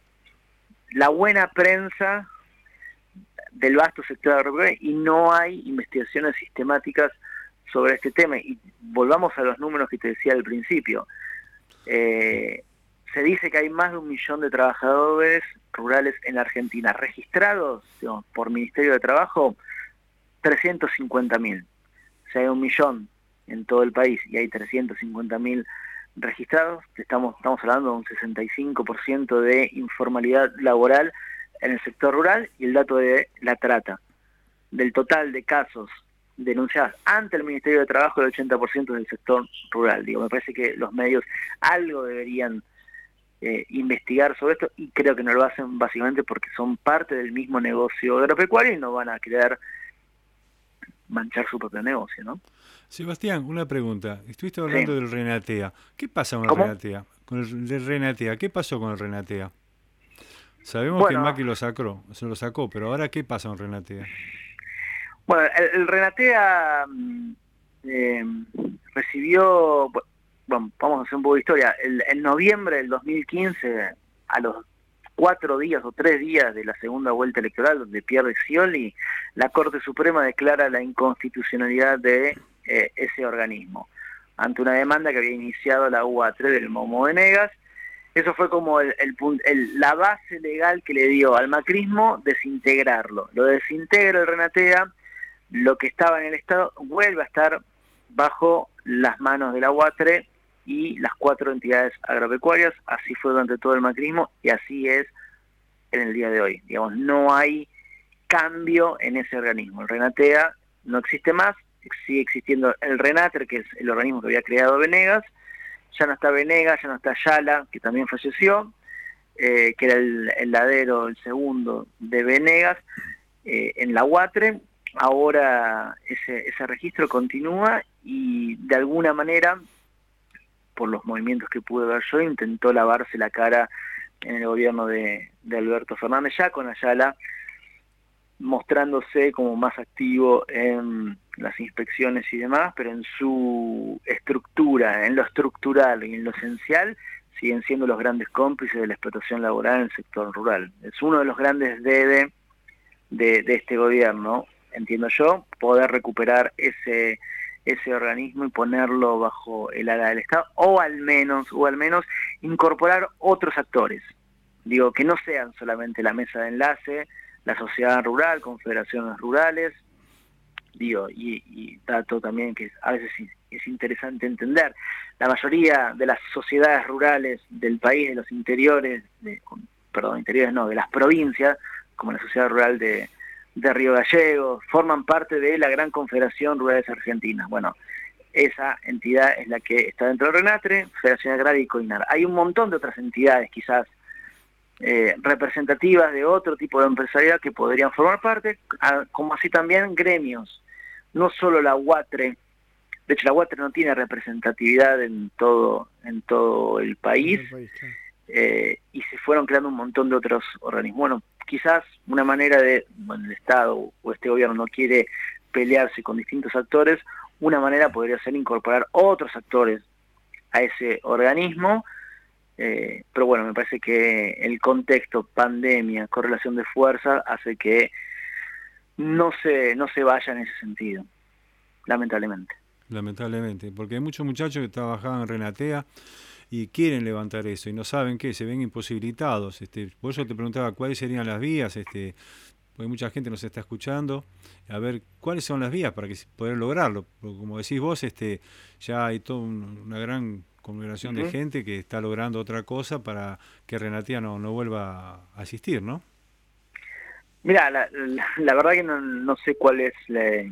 la buena prensa del vasto sector agropecuario y no hay investigaciones sistemáticas sobre este tema. Y volvamos a los números que te decía al principio. Eh, se dice que hay más de un millón de trabajadores rurales en Argentina, registrados, digamos, por Ministerio de Trabajo, trescientos cincuenta mil. O sea, hay un millón en todo el país y hay trescientos cincuenta mil registrados. Estamos, estamos hablando de un sesenta y cinco por ciento de informalidad laboral en el sector rural, y el dato de la trata. Del total de casos denunciados ante el Ministerio de Trabajo, el ochenta por ciento es del sector rural. Digo, me parece que los medios algo deberían eh, investigar sobre esto, y creo que no lo hacen básicamente porque son parte del mismo negocio agropecuario y no van a querer manchar su propio negocio, ¿no? Sebastián, una pregunta. Estuviste hablando sí. del Renatea. ¿Qué pasa con el ¿Cómo? Renatea? Con el del Renatea. ¿Qué pasó con el Renatea? Sabemos bueno, que Macri lo sacó, se lo sacó, pero ahora ¿qué pasa con Renatea? Bueno, el, el Renatea eh, recibió, bueno, vamos a hacer un poco de historia, el, en noviembre del dos mil quince, a los cuatro días o tres días de la segunda vuelta electoral, donde pierde Scioli, la Corte Suprema declara la inconstitucionalidad de eh, ese organismo, ante una demanda que había iniciado la U A tres del Momo Venegas. Eso fue como el, el, el, la base legal que le dio al macrismo desintegrarlo. Lo desintegra el Renatea, lo que estaba en el Estado vuelve a estar bajo las manos de la U A T R E y las cuatro entidades agropecuarias. Así fue durante todo el macrismo y así es en el día de hoy. Digamos, no hay cambio en ese organismo. El Renatea no existe más, sigue existiendo el Renater, que es el organismo que había creado Venegas. Ya no está Venegas, ya no está Ayala, que también falleció, eh, que era el, el ladero, el segundo de Venegas, eh, en la U A T R E. Ahora ese, ese registro continúa y de alguna manera, por los movimientos que pude ver yo, intentó lavarse la cara en el gobierno de, de Alberto Fernández, ya con Ayala mostrándose como más activo en las inspecciones y demás, pero en su estructura, en lo estructural y en lo esencial, siguen siendo los grandes cómplices de la explotación laboral en el sector rural. Es uno de los grandes debe de, de este gobierno, entiendo yo, poder recuperar ese ese organismo y ponerlo bajo el ala del Estado, o al menos, o al menos incorporar otros actores. Digo, que no sean solamente la mesa de enlace, la sociedad rural, confederaciones rurales, digo, y, y dato también que a veces es interesante entender, la mayoría de las sociedades rurales del país, de los interiores, de, perdón, interiores no, de las provincias, como la sociedad rural de, de Río Gallegos, forman parte de la Gran Confederación Rurales Argentinas. Bueno, esa entidad es la que está dentro del Renatre, Federación Agraria y Coinar. Hay un montón de otras entidades, quizás, Eh, representativas de otro tipo de empresarial que podrían formar parte, a, como así también gremios, no solo la U A T R E. De hecho, la U A T R E no tiene representatividad en todo en todo el país, el país sí. eh, y se fueron creando un montón de otros organismos. Bueno, quizás una manera de, bueno, el Estado o este gobierno no quiere pelearse con distintos actores, una manera podría ser incorporar otros actores a ese organismo. Eh, pero bueno, me parece que el contexto, pandemia, correlación de fuerza, hace que no se, no se vaya en ese sentido, lamentablemente. lamentablemente, porque hay muchos muchachos que trabajaban en Renatea y quieren levantar eso y no saben qué, se ven imposibilitados. Este, por eso te preguntaba cuáles serían las vías, este, porque mucha gente nos está escuchando, a ver cuáles son las vías para que poder lograrlo. Porque como decís vos, este, ya hay toda un, una gran congregación uh-huh. de gente que está logrando otra cosa para que Renatea no, no vuelva a asistir, ¿no? Mira, la, la, la verdad que no, no sé cuál es la,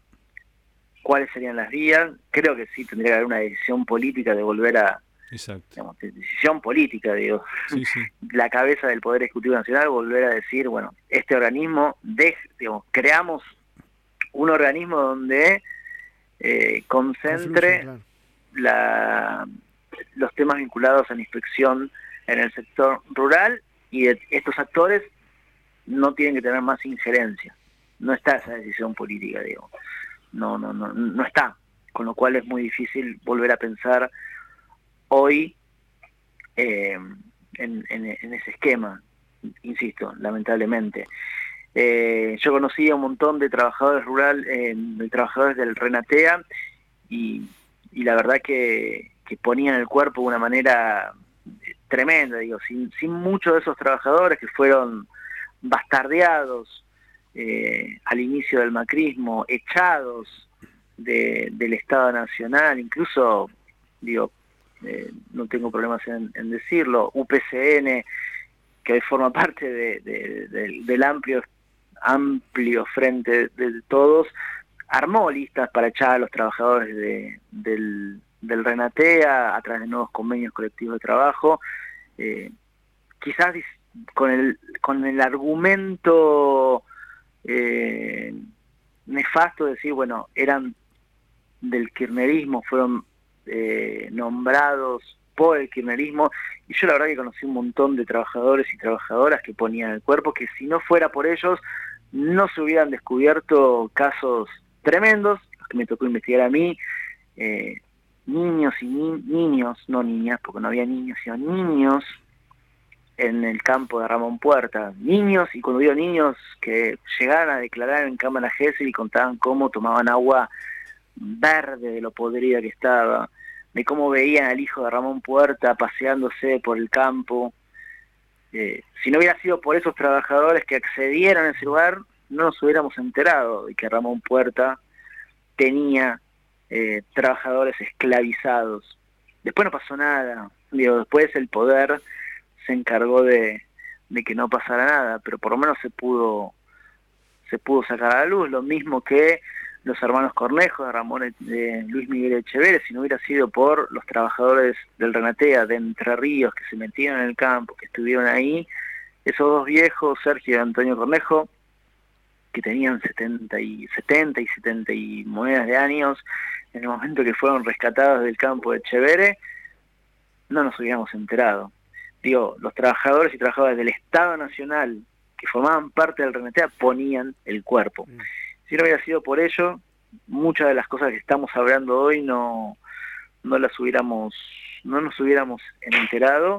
cuáles serían las vías. Creo que sí tendría que haber una decisión política de volver a Exacto. Digamos, decisión política, digo, sí, sí. la cabeza del Poder Ejecutivo Nacional volver a decir, bueno, este organismo, de, digamos, creamos un organismo donde eh, concentre claro. la, los temas vinculados a la inspección en el sector rural y de, estos actores no tienen que tener más injerencia. No está esa decisión política, digo. No, no, no, no está. Con lo cual es muy difícil volver a pensar hoy eh, en, en, en ese esquema, insisto, lamentablemente. Eh, yo conocí a un montón de trabajadores rurales, eh, de trabajadores del Renatea, y, y la verdad que, que ponían el cuerpo de una manera tremenda, digo, sin, sin muchos de esos trabajadores que fueron bastardeados eh, al inicio del macrismo, echados de, del Estado Nacional, incluso, digo, Eh, no tengo problemas en, en decirlo, U P C N, que forma parte de, de, de, del amplio amplio frente de, de todos, armó listas para echar a los trabajadores de, del, del Renatea a través de nuevos convenios colectivos de trabajo, eh, quizás con el, con el argumento eh, nefasto de decir, bueno, eran del kirchnerismo, fueron Eh, nombrados por el kirchnerismo, y yo la verdad que conocí un montón de trabajadores y trabajadoras que ponían el cuerpo, que si no fuera por ellos no se hubieran descubierto casos tremendos, los que me tocó investigar a mí, eh, niños y ni niños, no niñas, porque no había niños, sino niños en el campo de Ramón Puerta, niños, y cuando digo niños, que llegaron a declarar en cámara Gesell y contaban cómo tomaban agua verde de lo podrida que estaba, de cómo veían al hijo de Ramón Puerta paseándose por el campo. Eh, si no hubiera sido por esos trabajadores que accedieron a ese lugar, no nos hubiéramos enterado de que Ramón Puerta tenía eh, trabajadores esclavizados. Después no pasó nada, digo, después el poder se encargó de, de que no pasara nada, pero por lo menos se pudo se pudo sacar a la luz, lo mismo que los hermanos Cornejo, de Ramón, de Luis Miguel Echeverri. Si no hubiera sido por los trabajadores del Renatea de Entre Ríos que se metieron en el campo, que estuvieron ahí, esos dos viejos, Sergio y Antonio Cornejo, que tenían setenta y setenta y setenta y monedas de años, en el momento que fueron rescatados del campo de Echeverri, no nos hubiéramos enterado. Digo, los trabajadores y trabajadoras del Estado Nacional que formaban parte del Renatea ponían el cuerpo. Mm. Si no hubiera sido por ello, muchas de las cosas que estamos hablando hoy no, no las hubiéramos, no nos hubiéramos enterado,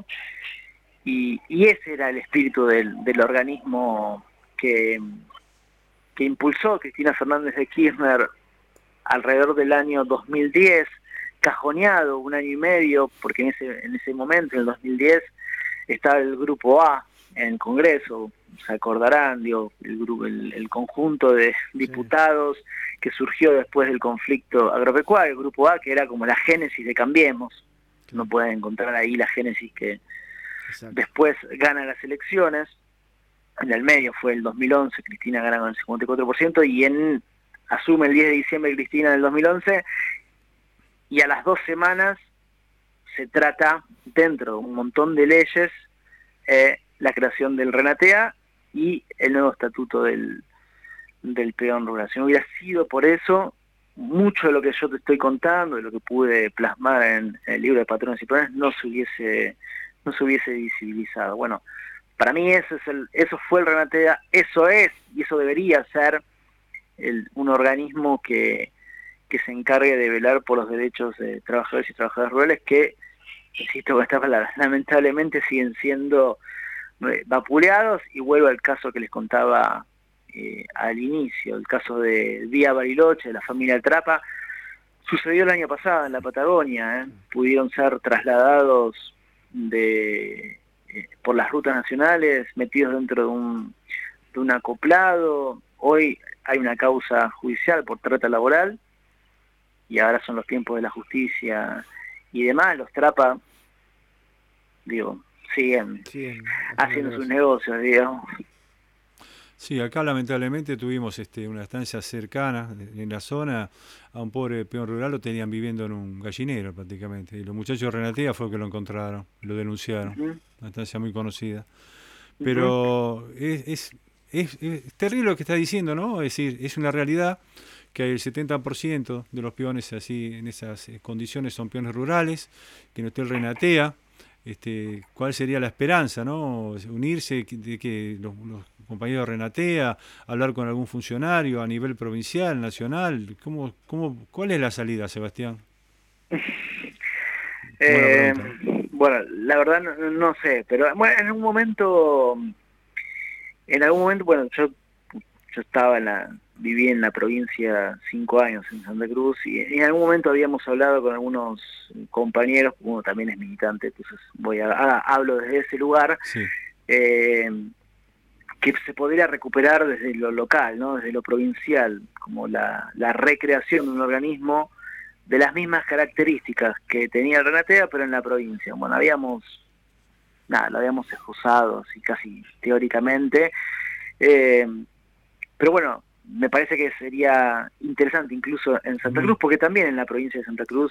y, y ese era el espíritu del, del organismo que, que impulsó Cristina Fernández de Kirchner alrededor del año dos mil diez, cajoneado un año y medio, porque en ese, en ese momento, en el dos mil diez, estaba el Grupo A en el Congreso, se acordarán, digo, el grupo, el, el conjunto de diputados sí. que surgió después del conflicto agropecuario, el Grupo A, que era como la génesis de Cambiemos. No pueden encontrar ahí la génesis que Exacto. después gana las elecciones. En el medio fue el dos mil once, Cristina gana con el cincuenta y cuatro por ciento, y en asume el diez de diciembre Cristina del dos mil once, y a las dos semanas se trata, dentro de un montón de leyes, eh, la creación del Renatea y el nuevo estatuto del, del peón rural. Si no hubiera sido por eso, mucho de lo que yo te estoy contando, de lo que pude plasmar en, en el libro de Patrones y Peones, no se hubiese, no se hubiese visibilizado. Bueno, para mí ese es el, eso fue el Renatea, eso es, y eso debería ser el, un organismo que, que se encargue de velar por los derechos de trabajadores y trabajadoras rurales que, insisto con esta palabra, lamentablemente siguen siendo vapuleados. Y vuelvo al caso que les contaba eh, al inicio, el caso de Díaz Bariloche, de la familia Trapa. sucedió el año pasado en la Patagonia, ¿eh? Pudieron ser trasladados de eh, por las rutas nacionales, metidos dentro de un, de un acoplado. Hoy hay una causa judicial por trata laboral, y ahora son los tiempos de la justicia y demás. Los Trapa, digo, siguen, siguen haciendo sus negocios, digamos. Sí, acá lamentablemente tuvimos este, una estancia cercana en la zona a un pobre peón rural, lo tenían viviendo en un gallinero prácticamente, y los muchachos de Renatea fue que lo encontraron, lo denunciaron, uh-huh. Una estancia muy conocida. Pero uh-huh. es, es, es, es terrible lo que está diciendo, ¿no? Es decir, es una realidad que el setenta por ciento de los peones así en esas condiciones son peones rurales, que no esté el Renatea. Este, ¿cuál sería la esperanza, no? Unirse, de que los, los compañeros de Renatea, hablar con algún funcionario a nivel provincial, nacional. ¿Cómo, cómo, ¿Cuál es la salida, Sebastián? eh, bueno, la verdad no, no sé, pero bueno, en un momento, en algún momento, bueno, yo, yo estaba en la, viví en la provincia cinco años en Santa Cruz, y en algún momento habíamos hablado con algunos compañeros, uno también es militante, entonces voy a, a hablo desde ese lugar, sí. eh, que se podría recuperar desde lo local, ¿no? Desde lo provincial, como la, la recreación de un organismo de las mismas características que tenía el Renatea, pero en la provincia. Bueno, habíamos, nada, lo habíamos excusado, así casi teóricamente, eh, pero bueno, me parece que sería interesante incluso en Santa Cruz, porque también en la provincia de Santa Cruz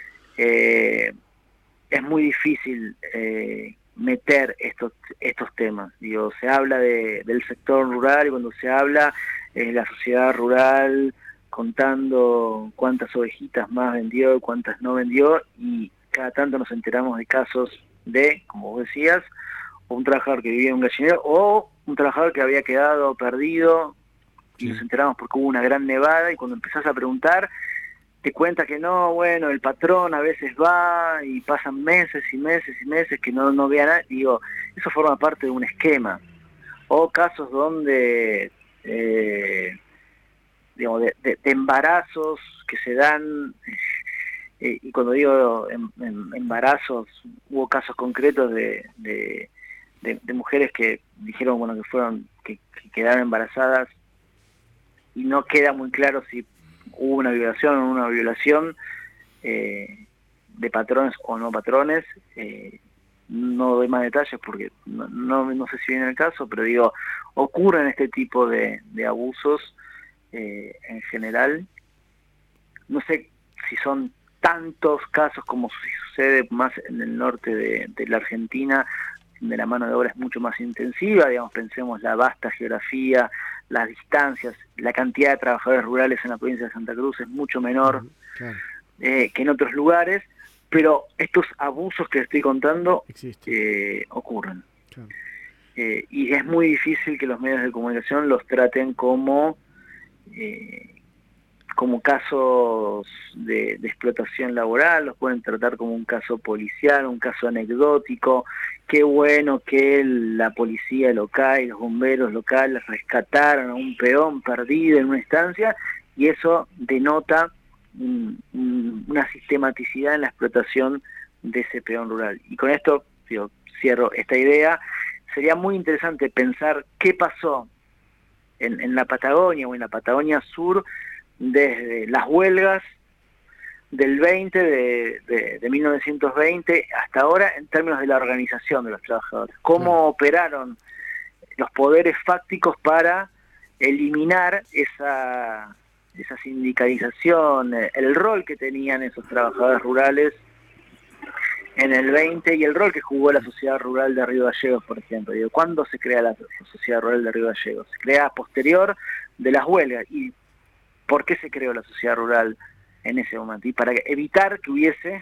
eh, es muy difícil eh, meter estos estos temas. Digo, se habla de, del sector rural, y cuando se habla es eh, la sociedad rural contando cuántas ovejitas más vendió, cuántas no vendió, y cada tanto nos enteramos de casos de, como vos decías, un trabajador que vivía en un gallinero o un trabajador que había quedado perdido. Y sí. Nos enteramos porque hubo una gran nevada, y cuando empezás a preguntar te cuenta que no, bueno, el patrón a veces va y pasan meses y meses y meses que no, no ve a nadie. Digo, eso forma parte de un esquema. O casos donde, eh, digamos, de, de, de embarazos que se dan, eh, y cuando digo em, em, embarazos, hubo casos concretos de, de, de, de mujeres que dijeron, bueno, que fueron, que, que quedaron embarazadas, y no queda muy claro si hubo una violación o no una violación eh, de patrones o no patrones. Eh, no doy más detalles porque no, no, no sé si viene el caso, pero digo, ocurren este tipo de, de abusos eh, en general. No sé si son tantos casos como sucede más en el norte de, de la Argentina, donde la mano de obra es mucho más intensiva. Digamos, pensemos la vasta geografía, las distancias, la cantidad de trabajadores rurales en la provincia de Santa Cruz es mucho menor, claro. eh, que en otros lugares, pero estos abusos que estoy contando eh, ocurren. Claro. Eh, y es muy difícil que los medios de comunicación los traten como eh, como casos de, de explotación laboral, los pueden tratar como un caso policial, un caso anecdótico. Qué bueno que el, la policía local y los bomberos locales rescataron a un peón perdido en una estancia, y eso denota un, un, una sistematicidad en la explotación de ese peón rural. Y con esto, digo, cierro esta idea. Sería muy interesante pensar qué pasó en, en la Patagonia o en la Patagonia Sur desde las huelgas del veinte, de, de, de mil novecientos veinte hasta ahora, en términos de la organización de los trabajadores. ¿Cómo sí. operaron los poderes fácticos para eliminar esa, esa sindicalización, el rol que tenían esos trabajadores rurales en el veinte y el rol que jugó la sociedad rural de Río Gallegos, por ejemplo? Digo, ¿cuándo se crea la sociedad rural de Río Gallegos? Se crea posterior de las huelgas. ¿Y por qué se creó la sociedad rural en ese momento? Y para evitar que hubiese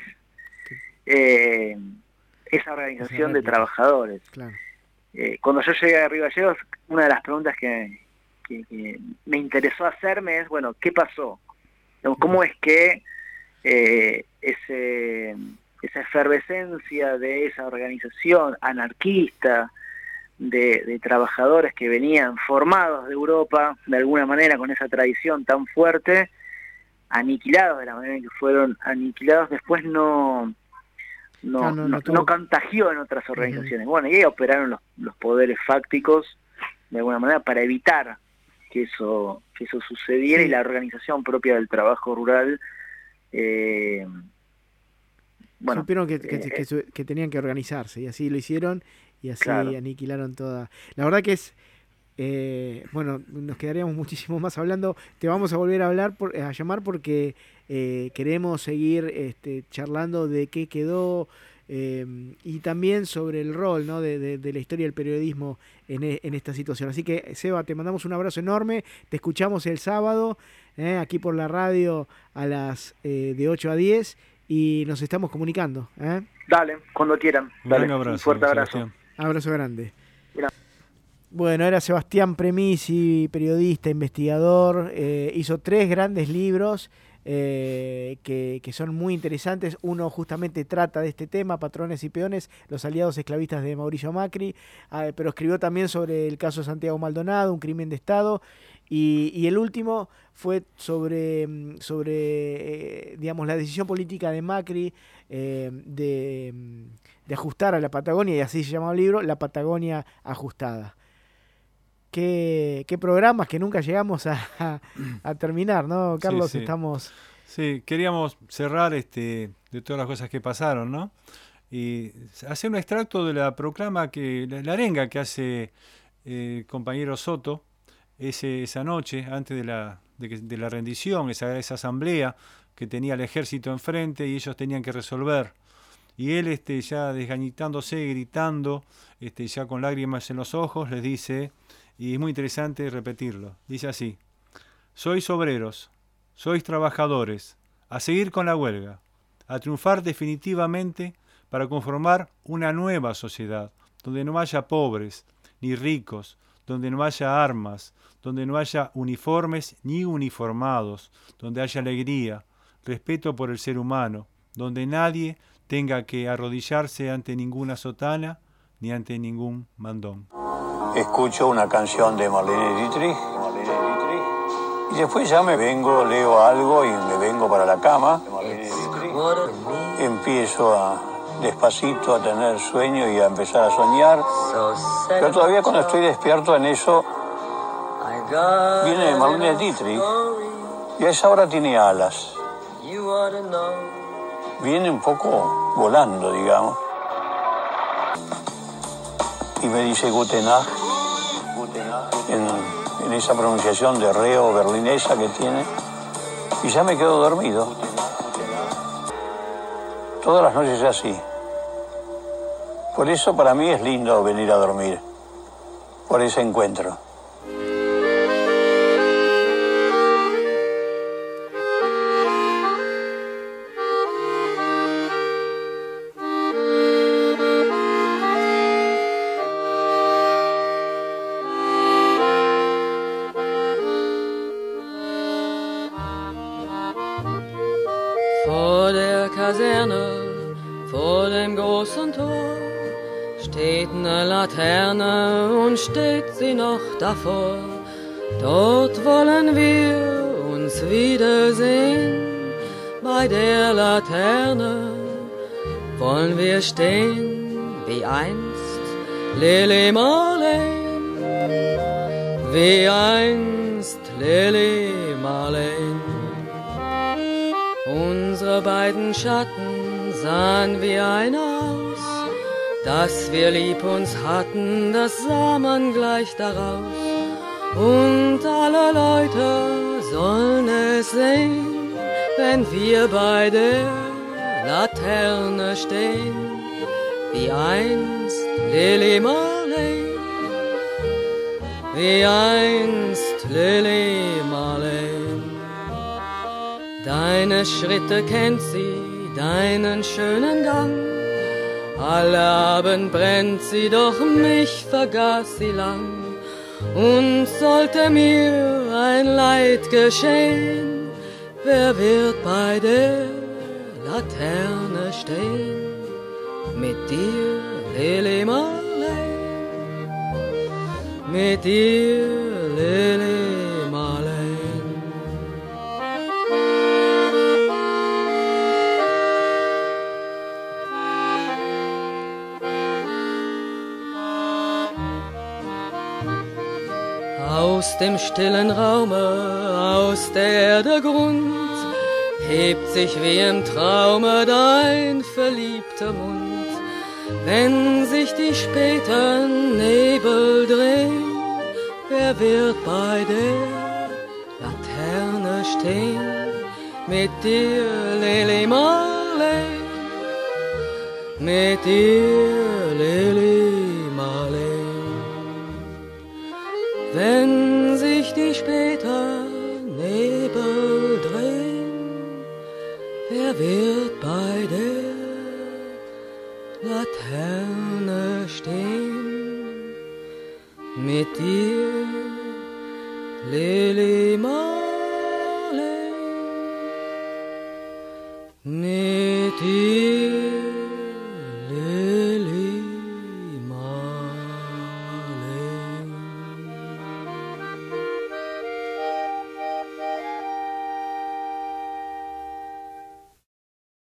eh, esa organización de trabajadores. Claro. Eh, cuando yo llegué a Río Gallegos, una de las preguntas que, que, que me interesó hacerme es, bueno, ¿qué pasó? ¿Cómo es que eh, ese, esa efervescencia de esa organización anarquista de, de trabajadores que venían formados de Europa, de alguna manera con esa tradición tan fuerte, aniquilados de la manera en que fueron aniquilados, después no no, no, no, no, no contagió en otras organizaciones. Uh-huh. Bueno, y ahí operaron los, los poderes fácticos de alguna manera para evitar que eso que eso sucediera, sí. Y la organización propia del trabajo rural eh, bueno, supieron que, que, eh, que, que tenían que organizarse y así lo hicieron y así claro. aniquilaron toda. La verdad que es eh, bueno, nos quedaríamos muchísimo más hablando. Te vamos a volver a hablar por, a llamar porque eh, queremos seguir este, charlando de qué quedó eh, y también sobre el rol, ¿no? de, de, de la historia del periodismo en, en esta situación. Así que, Seba, te mandamos un abrazo enorme, te escuchamos el sábado eh, aquí por la radio a las eh, de ocho a diez y nos estamos comunicando. ¿eh? Dale, cuando quieran. Dale, un, abrazo, un fuerte abrazo. Sebastián. Abrazo grande. Mira. Bueno, era Sebastián Premisi, periodista, investigador, eh, hizo tres grandes libros eh, que, que son muy interesantes. Uno justamente trata de este tema, Patrones y Peones, los aliados esclavistas de Mauricio Macri, eh, pero escribió también sobre el caso de Santiago Maldonado, un crimen de Estado, y, y el último fue sobre, sobre eh, digamos, la decisión política de Macri eh, de, de ajustar a la Patagonia, y así se llama el libro, La Patagonia Ajustada. Qué, qué programas que nunca llegamos a, a, a terminar, ¿no, Carlos? Sí, sí. Estamos... Sí, queríamos cerrar este de todas las cosas que pasaron, ¿no? Y hacer un extracto de la proclama, que la, la arenga que hace eh, el compañero Soto ese, esa noche, antes de la, de, que, de la rendición, esa, esa asamblea que tenía el ejército enfrente y ellos tenían que resolver. Y él, este, ya desgañitándose, gritando, este, ya con lágrimas en los ojos, les dice... Y es muy interesante repetirlo. Dice así: sois obreros, sois trabajadores, a seguir con la huelga, a triunfar definitivamente para conformar una nueva sociedad, donde no haya pobres ni ricos, donde no haya armas, donde no haya uniformes ni uniformados, donde haya alegría, respeto por el ser humano, donde nadie tenga que arrodillarse ante ninguna sotana ni ante ningún mandón. Escucho una canción de Marlene Dietrich, Marlene Dietrich y después ya me vengo, leo algo y me vengo para la cama. Empiezo a, despacito a tener sueño y a empezar a soñar. Pero todavía cuando estoy despierto en eso, viene Marlene Dietrich y a esa hora tiene alas. Viene un poco volando, digamos. Y me dice Guten Nacht, en, en esa pronunciación de reo berlinesa que tiene, y ya me quedo dormido. Todas las noches es así. Por eso para mí es lindo venir a dormir, por ese encuentro. Vor dem großen Tor steht eine Laterne und steht sie noch davor. Dort wollen wir uns wiedersehen. Bei der Laterne wollen wir stehen wie einst Lili Marleen, wie einst Lili Marleen. Unsere beiden Schatten sahen wie ein aus, dass wir lieb uns hatten, das sah man gleich daraus. Und alle Leute sollen es sehen, wenn wir bei der Laterne stehen, wie einst Lili Marleen, wie einst Lili Marleen. Deine Schritte kennt sie, deinen schönen Gang. Alle Abend brennt sie, doch mich vergaß sie lang. Und sollte mir ein Leid geschehen, wer wird bei der Laterne stehen? Mit dir, Lili Marleen, mit dir, Lili Marleen. Aus dem stillen Raume, aus der Erde Grund, hebt sich wie im Traume dein verliebter Mund. Wenn sich die späten Nebel drehen, wer wird bei der Laterne stehen? Mit dir, Lili Marley, mit dir, Lili Marley. Wenn sich die späten Nebel drehen, wer wird bei der Laterne stehen? Mit dir, Lili Marley, mit dir.